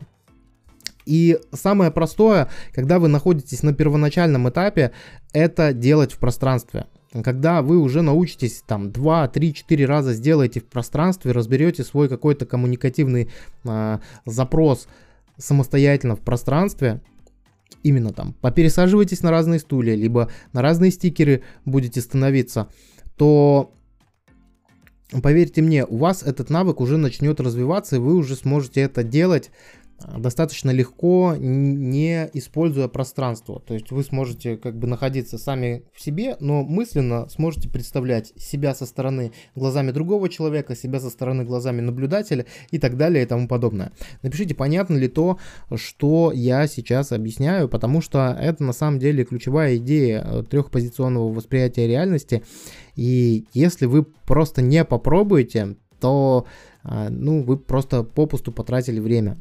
Speaker 1: И самое простое, когда вы находитесь на первоначальном этапе, это делать в пространстве. Когда вы уже научитесь там два, три, четыре раза сделаете в пространстве, разберете свой какой-то коммуникативный э, запрос самостоятельно в пространстве, именно там попересаживайтесь на разные стулья, либо на разные стикеры будете становиться, то поверьте мне, у вас этот навык уже начнет развиваться, и вы уже сможете это делать достаточно легко, не используя пространство. То есть вы сможете как бы находиться сами в себе, но мысленно сможете представлять себя со стороны глазами другого человека, себя со стороны глазами наблюдателя и так далее и тому подобное. Напишите, понятно ли то, что я сейчас объясняю, потому что это на самом деле ключевая идея трехпозиционного восприятия реальности. И если вы просто не попробуете, то ну, вы просто попусту потратили время.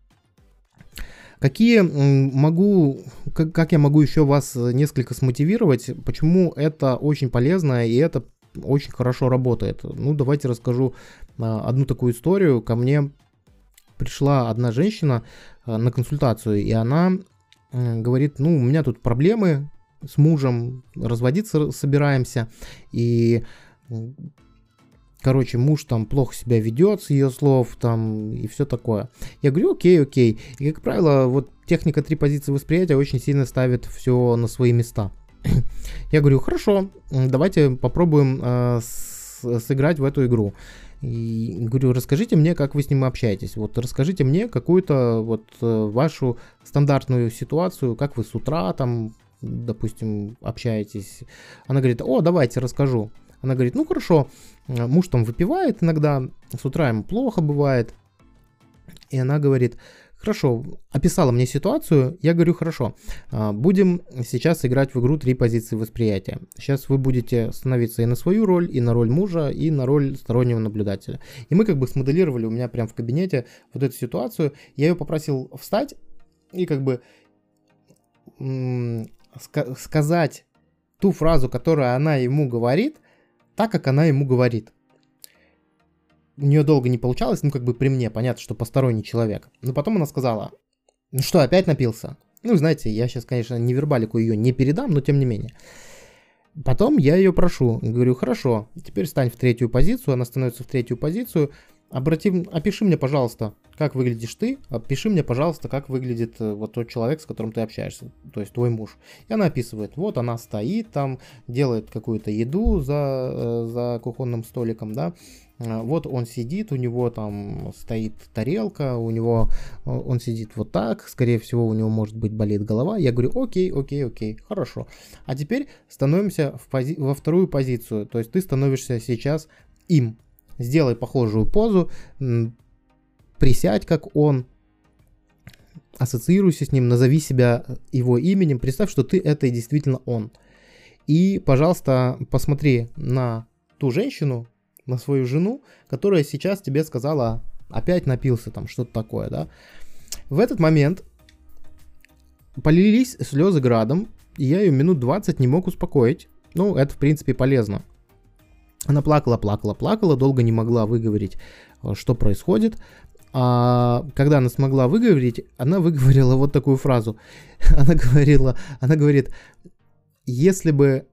Speaker 1: Какие могу, как, как я могу еще вас несколько смотивировать, почему это очень полезно и это очень хорошо работает? Ну, давайте расскажу одну такую историю. Ко мне пришла одна женщина на консультацию, и она говорит, ну, у меня тут проблемы с мужем, разводиться собираемся, и... Короче, муж там плохо себя ведет, с ее слов, там, и все такое. Я говорю, окей, окей. И, как правило, вот техника три позиции восприятия очень сильно ставит все на свои места. Я говорю, хорошо, давайте попробуем э, с, сыграть в эту игру. И говорю, расскажите мне, как вы с ним общаетесь. Вот расскажите мне какую-то вот вашу стандартную ситуацию, как вы с утра там, допустим, общаетесь. Она говорит, о, давайте расскажу. Она говорит, ну хорошо, муж там выпивает иногда, с утра ему плохо бывает. И она говорит, хорошо, описала мне ситуацию, я говорю, хорошо, будем сейчас играть в игру три позиции восприятия. Сейчас вы будете становиться и на свою роль, и на роль мужа, и на роль стороннего наблюдателя. И мы как бы смоделировали у меня прямо в кабинете вот эту ситуацию. Я ее попросил встать и как бы м- ска- сказать ту фразу, которую она ему говорит, так, как она ему говорит. У нее долго не получалось, ну как бы при мне, понятно, что посторонний человек. Но потом она сказала, ну что, опять напился? Ну, знаете, я сейчас, конечно, невербалику ее не передам, но тем не менее. Потом я ее прошу, говорю, хорошо, теперь стань в третью позицию, она становится в третью позицию, обрати, опиши мне, пожалуйста, как выглядишь ты, опиши мне, пожалуйста, как выглядит вот тот человек, с которым ты общаешься, то есть твой муж. И она описывает, вот она стоит там, делает какую-то еду за, за кухонным столиком, да, вот он сидит, у него там стоит тарелка, у него, он сидит вот так, скорее всего, у него, может быть, болит голова. Я говорю, окей, окей, окей, хорошо. А теперь становимся в пози- во вторую позицию, то есть ты становишься сейчас им. Сделай похожую позу, присядь как он, ассоциируйся с ним, назови себя его именем, представь, что ты это и действительно он. И, пожалуйста, посмотри на ту женщину, на свою жену, которая сейчас тебе сказала, опять напился, там что-то такое, да. В этот момент полились слезы градом, и я ее минут двадцать не мог успокоить. Ну, это, в принципе, полезно. Она плакала, плакала, плакала, долго не могла выговорить, что происходит. А когда она смогла выговорить, она выговорила вот такую фразу. Она говорила, она говорит, если бы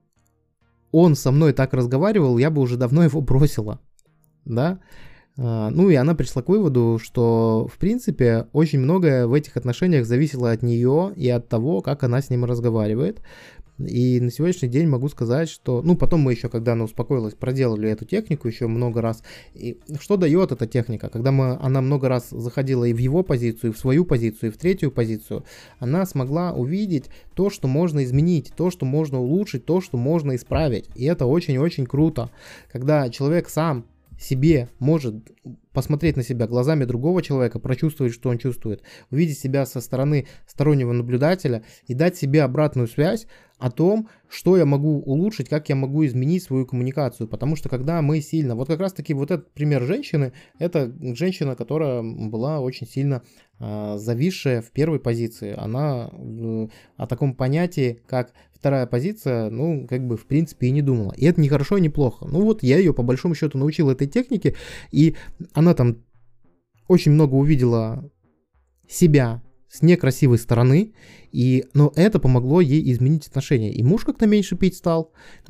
Speaker 1: он со мной так разговаривал, я бы уже давно его бросила, да. Ну и она пришла к выводу, что, в принципе, очень многое в этих отношениях зависело от нее и от того, как она с ним разговаривает. И на сегодняшний день могу сказать, что... Ну, потом мы еще, когда она успокоилась, проделали эту технику еще много раз. И что дает эта техника? Когда мы, она много раз заходила и в его позицию, и в свою позицию, и в третью позицию, она смогла увидеть то, что можно изменить, то, что можно улучшить, то, что можно исправить. И это очень-очень круто. Когда человек сам себе может посмотреть на себя глазами другого человека, прочувствовать, что он чувствует, увидеть себя со стороны стороннего наблюдателя и дать себе обратную связь о том, что я могу улучшить, как я могу изменить свою коммуникацию. Потому что когда мы сильно... Вот как раз таки вот этот пример женщины, это женщина, которая была очень сильно э, зависшая в первой позиции. Она э, о таком понятии, как вторая позиция, ну, как бы, в принципе, и не думала. И это не хорошо, не плохо. Ну, вот я ее, по большому счету, научил этой технике, и она там очень много увидела себя с некрасивой стороны, и, но это помогло ей изменить отношения. И муж как-то меньше пить стал,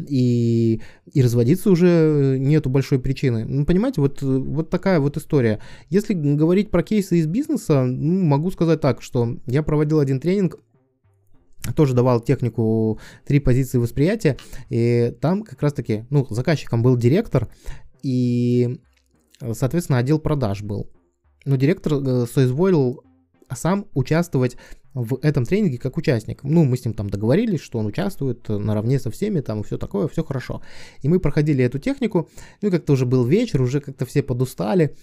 Speaker 1: и, и разводиться уже нету большой причины. Ну, понимаете, вот, вот такая вот история. Если говорить про кейсы из бизнеса, ну, могу сказать так, что я проводил один тренинг, тоже давал технику три позиции восприятия, и там как раз-таки, ну, заказчиком был директор, и, соответственно, отдел продаж был. Но директор соизволил сам участвовать в этом тренинге как участник. Ну, мы с ним там договорились, что он участвует наравне со всеми, там, и все такое, все хорошо. И мы проходили эту технику, ну, как-то уже был вечер, уже как-то все подустали,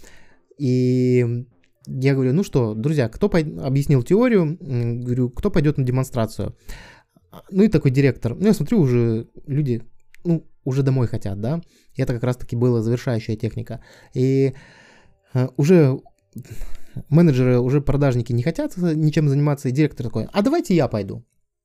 Speaker 1: и... Я говорю, ну что, друзья, кто пой... объяснил теорию, говорю, кто пойдет на демонстрацию? Ну и такой директор, ну я смотрю, уже люди, ну, уже домой хотят, да, и это как раз-таки была завершающая техника. И уже менеджеры, уже продажники не хотят ничем заниматься, и директор такой, а давайте я пойду.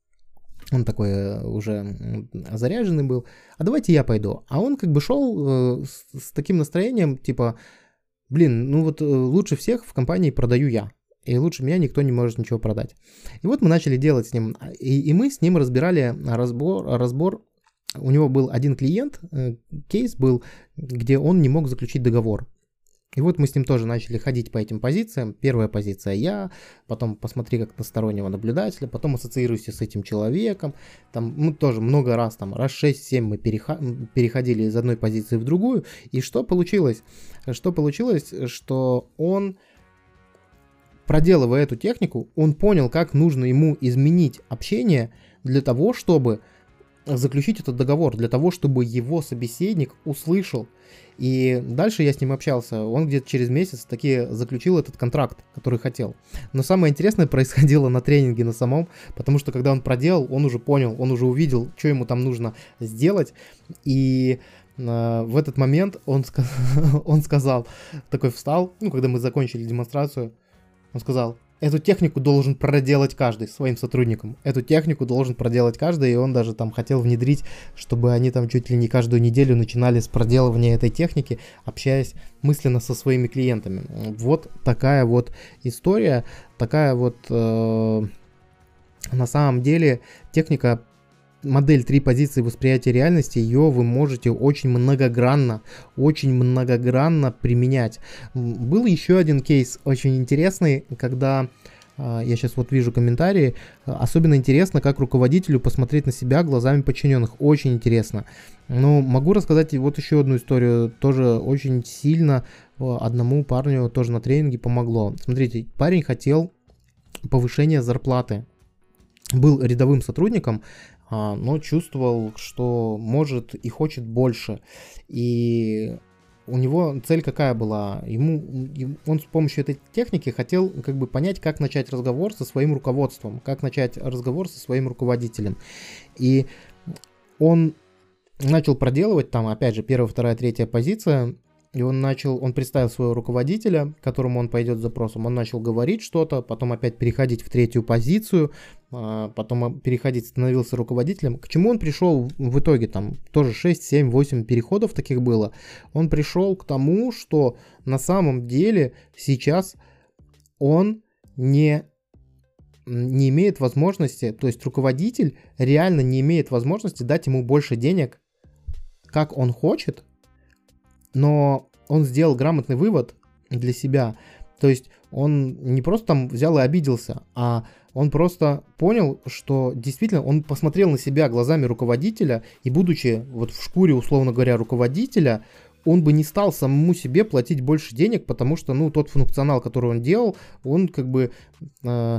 Speaker 1: Он такой уже заряженный был, а давайте я пойду. А он как бы шел с, с таким настроением, типа... Блин, ну вот лучше всех в компании продаю я. И лучше меня никто не может ничего продать. И вот мы начали делать с ним. И, и мы с ним разбирали разбор, разбор. У него был один клиент, кейс был, где он не мог заключить договор. И вот мы с ним тоже начали ходить по этим позициям. Первая позиция я, потом посмотри как на стороннего наблюдателя, потом ассоциируйся с этим человеком. Там мы тоже много раз, там раз шесть-семь мы переходили из одной позиции в другую. И что получилось? Что получилось, что он, проделывая эту технику, он понял, как нужно ему изменить общение для того, чтобы заключить этот договор, для того, чтобы его собеседник услышал. И дальше я с ним общался, он где-то через месяц таки заключил этот контракт, который хотел. Но самое интересное происходило на тренинге на самом, потому что когда он проделал, он уже понял, он уже увидел, что ему там нужно сделать. И э, в этот момент он, сказ... он сказал, такой встал, ну когда мы закончили демонстрацию, он сказал: эту технику должен проделать каждый своим сотрудникам. Эту технику должен проделать каждый, и он даже там хотел внедрить, чтобы они там чуть ли не каждую неделю начинали с проделывания этой техники, общаясь мысленно со своими клиентами. Вот такая вот история, такая вот э, на самом деле техника модель три позиции восприятия реальности, ее вы можете очень многогранно, очень многогранно применять. Был еще один кейс очень интересный, когда... Я сейчас вот вижу комментарии. Особенно интересно, как руководителю посмотреть на себя глазами подчиненных. Очень интересно. Но могу рассказать вот еще одну историю. Тоже очень сильно одному парню тоже на тренинге помогло. Смотрите, парень хотел повышения зарплаты. Был рядовым сотрудником, но чувствовал, что может и хочет больше. И... У него цель какая была? Ему, он с помощью этой техники хотел как бы понять, как начать разговор со своим руководством, как начать разговор со своим руководителем. И он начал проделывать там, опять же, первая, вторая, третья позиция. И он начал, он представил своего руководителя, к которому он пойдет с запросом. Он начал говорить что-то, потом опять переходить в третью позицию, потом переходить, становился руководителем. К чему он пришел в итоге? Там тоже шесть, семь, восемь переходов таких было. Он пришел к тому, что на самом деле сейчас он не, не имеет возможности, то есть руководитель реально не имеет возможности дать ему больше денег, как он хочет, но он сделал грамотный вывод для себя. То есть он не просто там взял и обиделся, а он просто понял, что действительно он посмотрел на себя глазами руководителя, и будучи вот в шкуре, условно говоря, руководителя, он бы не стал самому себе платить больше денег, потому что, ну, тот функционал, который он делал, он как бы... Э-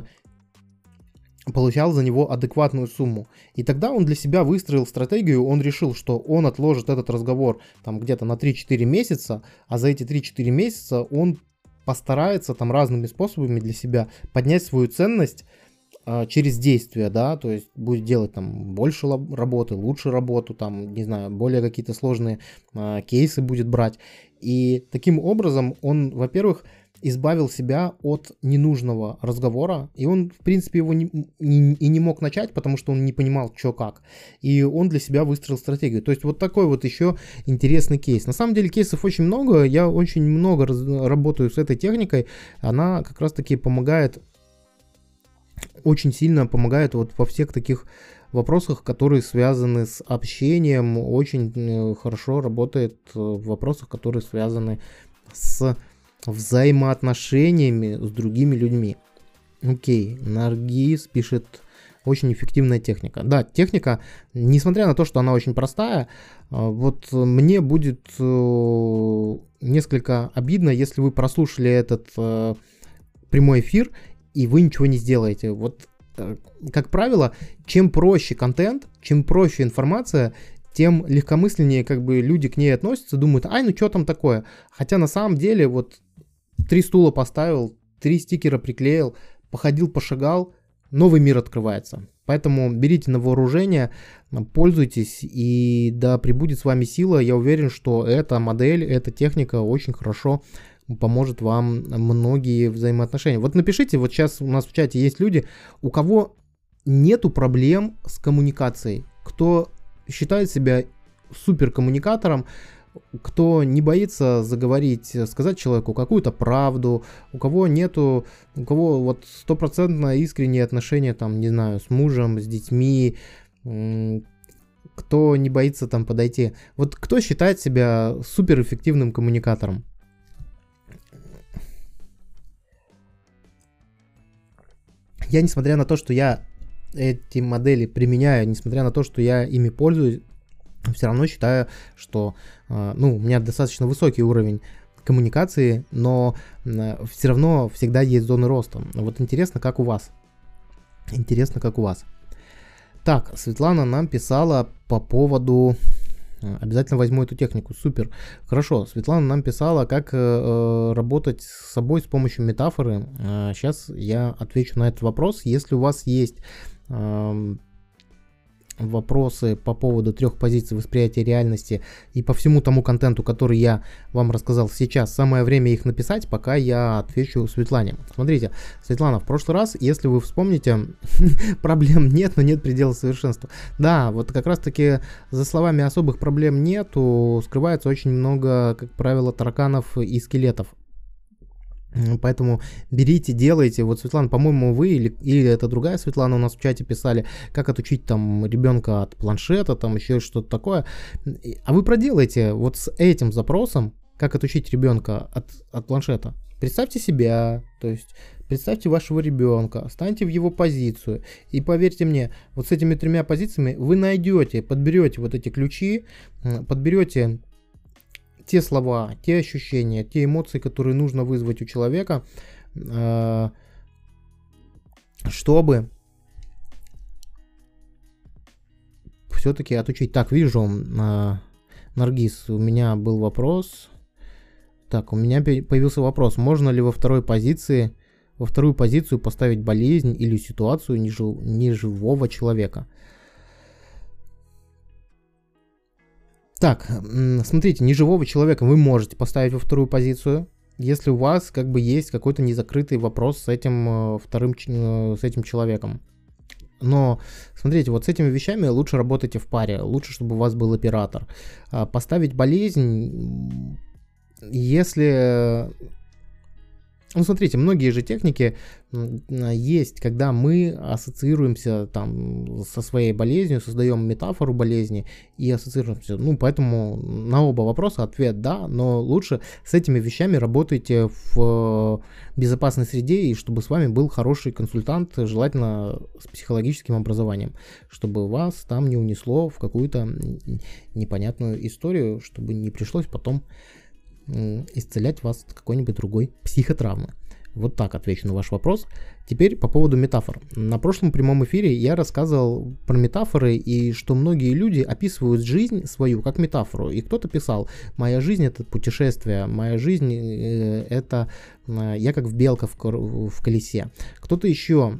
Speaker 1: получал за него адекватную сумму. И тогда он для себя выстроил стратегию, он решил, что он отложит этот разговор там где-то на три-четыре месяца, а за эти три-четыре месяца он постарается там разными способами для себя поднять свою ценность э, через действия, да, то есть будет делать там больше работы, лучше работу, там, не знаю, более какие-то сложные э, кейсы будет брать. И таким образом он, во-первых, избавил себя от ненужного разговора, и он, в принципе, его не, не, и не мог начать, потому что он не понимал, что как, и он для себя выстроил стратегию. То есть вот такой вот еще интересный кейс. На самом деле кейсов очень много, я очень много раз, работаю с этой техникой, она как раз-таки помогает, очень сильно помогает вот во всех таких вопросах, которые связаны с общением, очень хорошо работает в вопросах, которые связаны с взаимоотношениями с другими людьми. Окей, Наргиз пишет, очень эффективная техника. Да, техника, несмотря на то, что она очень простая, вот мне будет несколько обидно, если вы прослушали этот прямой эфир и вы ничего не сделаете. Вот, как правило, чем проще контент, чем проще информация, тем легкомысленнее как бы люди к ней относятся, думают, ай, ну что там такое? Хотя на самом деле вот три стула поставил, три стикера приклеил, походил, пошагал, новый мир открывается. Поэтому берите на вооружение, пользуйтесь, и да пребудет с вами сила. Я уверен, что эта модель, эта техника очень хорошо поможет вам многие взаимоотношения. Вот напишите, вот сейчас у нас в чате есть люди, у кого нету проблем с коммуникацией, кто считает себя суперкоммуникатором, кто не боится заговорить, сказать человеку какую-то правду, у кого нету, у кого вот стопроцентно искренние отношения, там, не знаю, с мужем, с детьми, кто не боится там подойти. Вот кто считает себя суперэффективным коммуникатором? Я, несмотря на то, что я эти модели применяю, несмотря на то, что я ими пользуюсь, все равно считаю, что ну, у меня достаточно высокий уровень коммуникации, но все равно всегда есть зоны роста. Вот интересно, как у вас. Интересно, как у вас. Так, Светлана нам писала по поводу... Обязательно возьму эту технику. Супер. Хорошо. Светлана нам писала, как э, работать с собой с помощью метафоры. Э, сейчас я отвечу на этот вопрос. Если у вас есть э, вопросы по поводу трех позиций восприятия реальности и по всему тому контенту, который я вам рассказал сейчас, самое время их написать, пока я отвечу Светлане. Смотрите, Светлана, в прошлый раз, если вы вспомните, проблем нет, но нет предела совершенства. Да, вот как раз таки за словами особых проблем нету, скрывается очень много, как правило, тараканов и скелетов. Поэтому берите, делайте. Вот, Светлана, по-моему, вы или, или это другая Светлана у нас в чате писали, как отучить там ребенка от планшета, там еще что-то такое. А вы проделайте вот с этим запросом, как отучить ребенка от, от планшета. Представьте себя, то есть представьте вашего ребенка, станьте в его позицию. И поверьте мне, вот с этими тремя позициями вы найдете, подберете вот эти ключи, подберете те слова, те ощущения, те эмоции, которые нужно вызвать у человека, чтобы все-таки отучить. Так, вижу, Наргиз, у меня был вопрос. Так, у меня появился вопрос. Можно ли во второй позиции, во вторую позицию поставить болезнь или ситуацию неживого человека? Так, смотрите, неживого человека вы можете поставить во вторую позицию, если у вас как бы есть какой-то незакрытый вопрос с этим вторым, с этим человеком. Но, смотрите, вот с этими вещами лучше работайте в паре, лучше, чтобы у вас был оператор. Поставить болезнь, если... Ну, смотрите, многие же техники есть, когда мы ассоциируемся там со своей болезнью, создаем метафору болезни и ассоциируемся. Ну, поэтому на оба вопроса ответ да, но лучше с этими вещами работайте в безопасной среде, и чтобы с вами был хороший консультант, желательно с психологическим образованием, чтобы вас там не унесло в какую-то непонятную историю, чтобы не пришлось потом исцелять вас от какой-нибудь другой психотравмы. Вот так отвечу на ваш вопрос. Теперь по поводу метафор. На прошлом прямом эфире я рассказывал про метафоры и что многие люди описывают жизнь свою как метафору. И кто-то писал: моя жизнь — это путешествие, моя жизнь — это я как в белка в колесе. Кто-то еще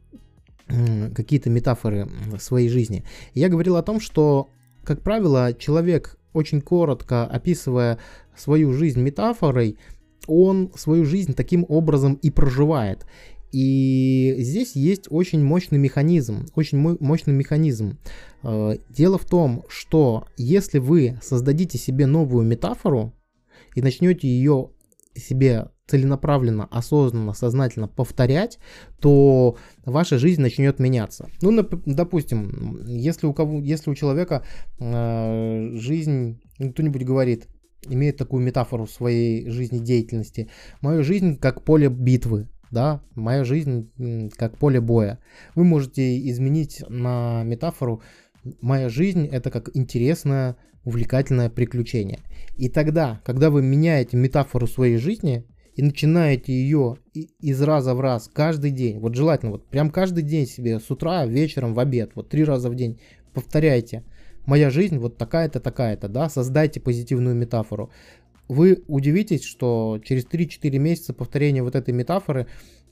Speaker 1: какие-то метафоры в своей жизни. Я говорил о том, что, как правило, человек, очень коротко описывая свою жизнь метафорой, он свою жизнь таким образом и проживает. И здесь есть очень мощный механизм, очень мощный механизм. Дело в том, что если вы создадите себе новую метафору и начнете ее себе целенаправленно, осознанно, сознательно повторять, то ваша жизнь начнет меняться. Ну, допустим, если у кого, если у человека э, жизнь, кто-нибудь говорит, имеет такую метафору в своей жизнедеятельности: моя жизнь как поле битвы, да, моя жизнь как поле боя. Вы можете изменить на метафору: моя жизнь — это как интересное, увлекательное приключение. И тогда, когда вы меняете метафору своей жизни и начинаете ее из раза в раз, каждый день, вот желательно вот прям каждый день себе с утра, вечером, в обед, вот три раза в день повторяйте: моя жизнь вот такая-то, такая-то, да, создайте позитивную метафору. Вы удивитесь, что через три-четыре месяца повторения вот этой метафоры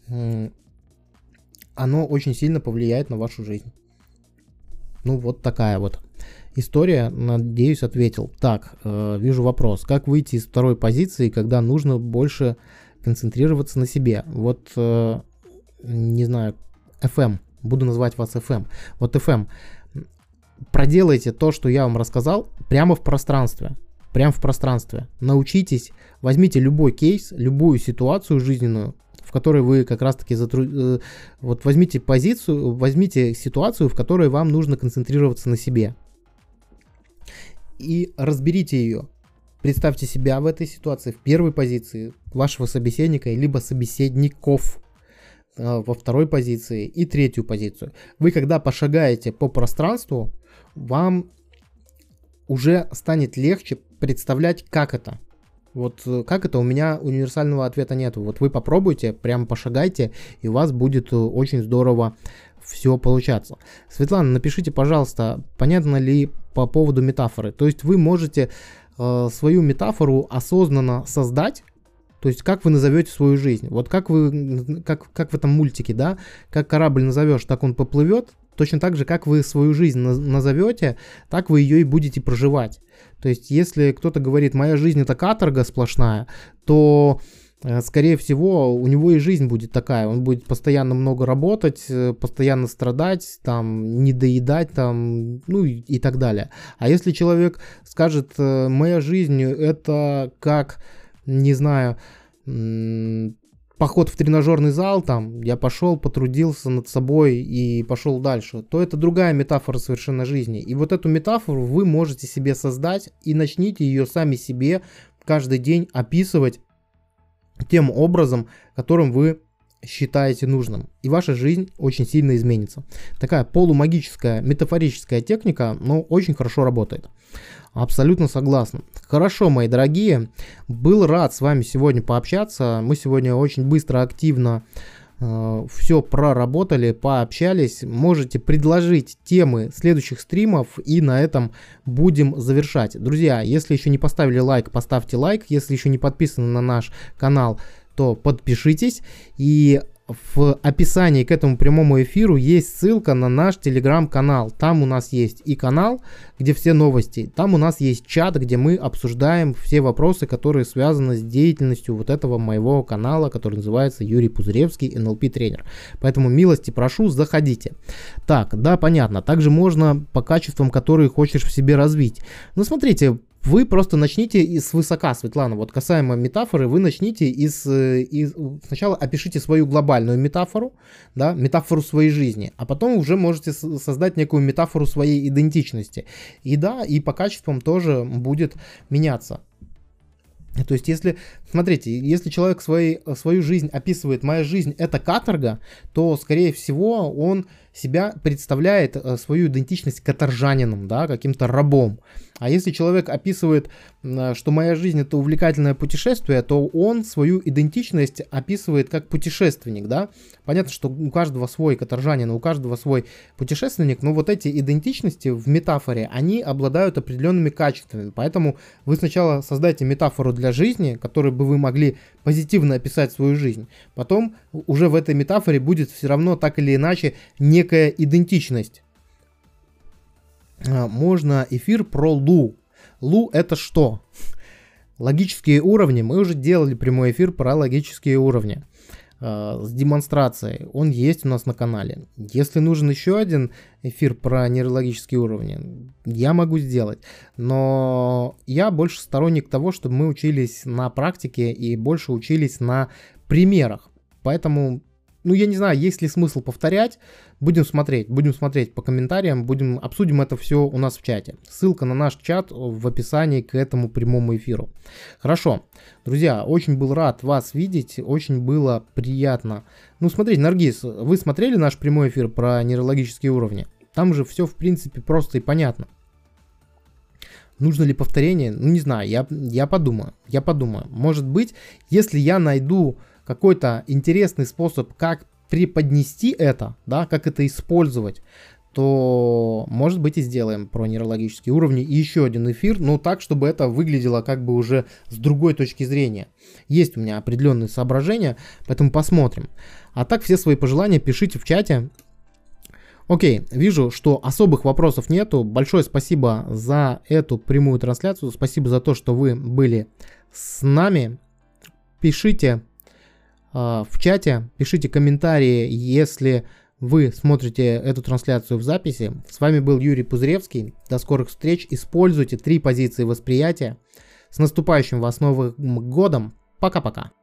Speaker 1: оно очень сильно повлияет на вашу жизнь. Ну, вот такая вот история, надеюсь, ответил. Так, э, вижу вопрос. Как выйти из второй позиции, когда нужно больше концентрироваться на себе? Вот, э, не знаю, эф эм, буду называть вас эф эм. Вот эф эм, проделайте то, что я вам рассказал, прямо в пространстве. Прямо в пространстве. Научитесь, возьмите любой кейс, любую ситуацию жизненную, в которой вы как раз-таки затру... вот возьмите позицию, возьмите ситуацию, в которой вам нужно концентрироваться на себе. И разберите ее. Представьте себя в этой ситуации в первой позиции, вашего собеседника, либо собеседников во второй позиции и третью позицию. Вы когда пошагаете по пространству, вам уже станет легче представлять, как это. Вот как это, у меня универсального ответа нет. Вот вы попробуйте, прямо пошагайте, и у вас будет очень здорово все получаться. Светлана, напишите, пожалуйста, понятно ли по поводу метафоры. То есть вы можете э, свою метафору осознанно создать. То есть как вы назовете свою жизнь. Вот как вы, как, как в этом мультике, да, как корабль назовешь, так он поплывет. Точно так же, как вы свою жизнь назовете, так вы ее и будете проживать. То есть, если кто-то говорит: моя жизнь — это каторга сплошная, то, скорее всего, у него и жизнь будет такая. Он будет постоянно много работать, постоянно страдать, там, недоедать, там, ну и, и так далее. А если человек скажет: моя жизнь — это как, не знаю, поход в тренажерный зал, там, я пошел, потрудился над собой и пошел дальше, то это другая метафора совершенно жизни. И вот эту метафору вы можете себе создать и начните ее сами себе каждый день описывать тем образом, которым вы считаете нужным. И ваша жизнь очень сильно изменится. Такая полумагическая, метафорическая техника, но очень хорошо работает. Абсолютно согласен. Хорошо, мои дорогие. Был рад с вами сегодня пообщаться. Мы сегодня очень быстро, активно э, все проработали, пообщались. Можете предложить темы следующих стримов, и на этом будем завершать. Друзья, если еще не поставили лайк, поставьте лайк. Если еще не подписаны на наш канал, то подпишитесь. И в описании к этому прямому эфиру есть ссылка на наш телеграм-канал. Там у нас есть и канал, где все новости. Там у нас есть чат, где мы обсуждаем все вопросы, которые связаны с деятельностью вот этого моего канала, который называется Юрий Пузыревский, эн эл пи-тренер. Поэтому милости прошу, заходите. Так, да, понятно. Также можно по качествам, которые хочешь в себе развить. Ну, смотрите, вы просто начните из высока, Светлана, вот касаемо метафоры, вы начните из, из... Сначала опишите свою глобальную метафору, да, метафору своей жизни, а потом уже можете создать некую метафору своей идентичности. И да, и по качествам тоже будет меняться. То есть, если, смотрите, если человек своей, свою жизнь описывает, моя жизнь это каторга, то, скорее всего, он себя представляет, свою идентичность каторжанином, да, каким-то рабом. А если человек описывает, что моя жизнь это увлекательное путешествие, то он свою идентичность описывает как путешественник, да. Понятно, что у каждого свой каторжанин, у каждого свой путешественник, но вот эти идентичности в метафоре, они обладают определенными качествами. Поэтому вы сначала создайте метафору для жизни, которой бы вы могли позитивно описать свою жизнь. Потом уже в этой метафоре будет все равно так или иначе некая идентичность. Можно эфир про Лу. Лу это что? Логические уровни. Мы уже делали прямой эфир про логические уровни э, с демонстрацией. Он есть у нас на канале. Если нужен еще один эфир про нейрологические уровни, я могу сделать. Но я больше сторонник того, чтобы мы учились на практике и больше учились на примерах. Поэтому, ну я не знаю, есть ли смысл повторять. Будем смотреть, будем смотреть по комментариям, будем обсудим это все у нас в чате. Ссылка на наш чат в описании к этому прямому эфиру. Хорошо, друзья, очень был рад вас видеть, очень было приятно. Ну смотрите, Наргиз, вы смотрели наш прямой эфир про нейрологические уровни? Там же все в принципе просто и понятно. Нужно ли повторение? Ну не знаю, я, я подумаю, я подумаю. Может быть, если я найду какой-то интересный способ, как преподнести это, да, как это использовать, то, может быть, и сделаем про нейрологические уровни и еще один эфир, но так, чтобы это выглядело как бы уже с другой точки зрения. Есть у меня определенные соображения, поэтому посмотрим. А так, все свои пожелания пишите в чате. Окей, вижу, что особых вопросов нету. Большое спасибо за эту прямую трансляцию. Спасибо за то, что вы были с нами. Пишите в чате, пишите комментарии, если вы смотрите эту трансляцию в записи. С вами был Юрий Пузыревский. До скорых встреч. Используйте три позиции восприятия. С наступающим вас Новым годом. Пока-пока.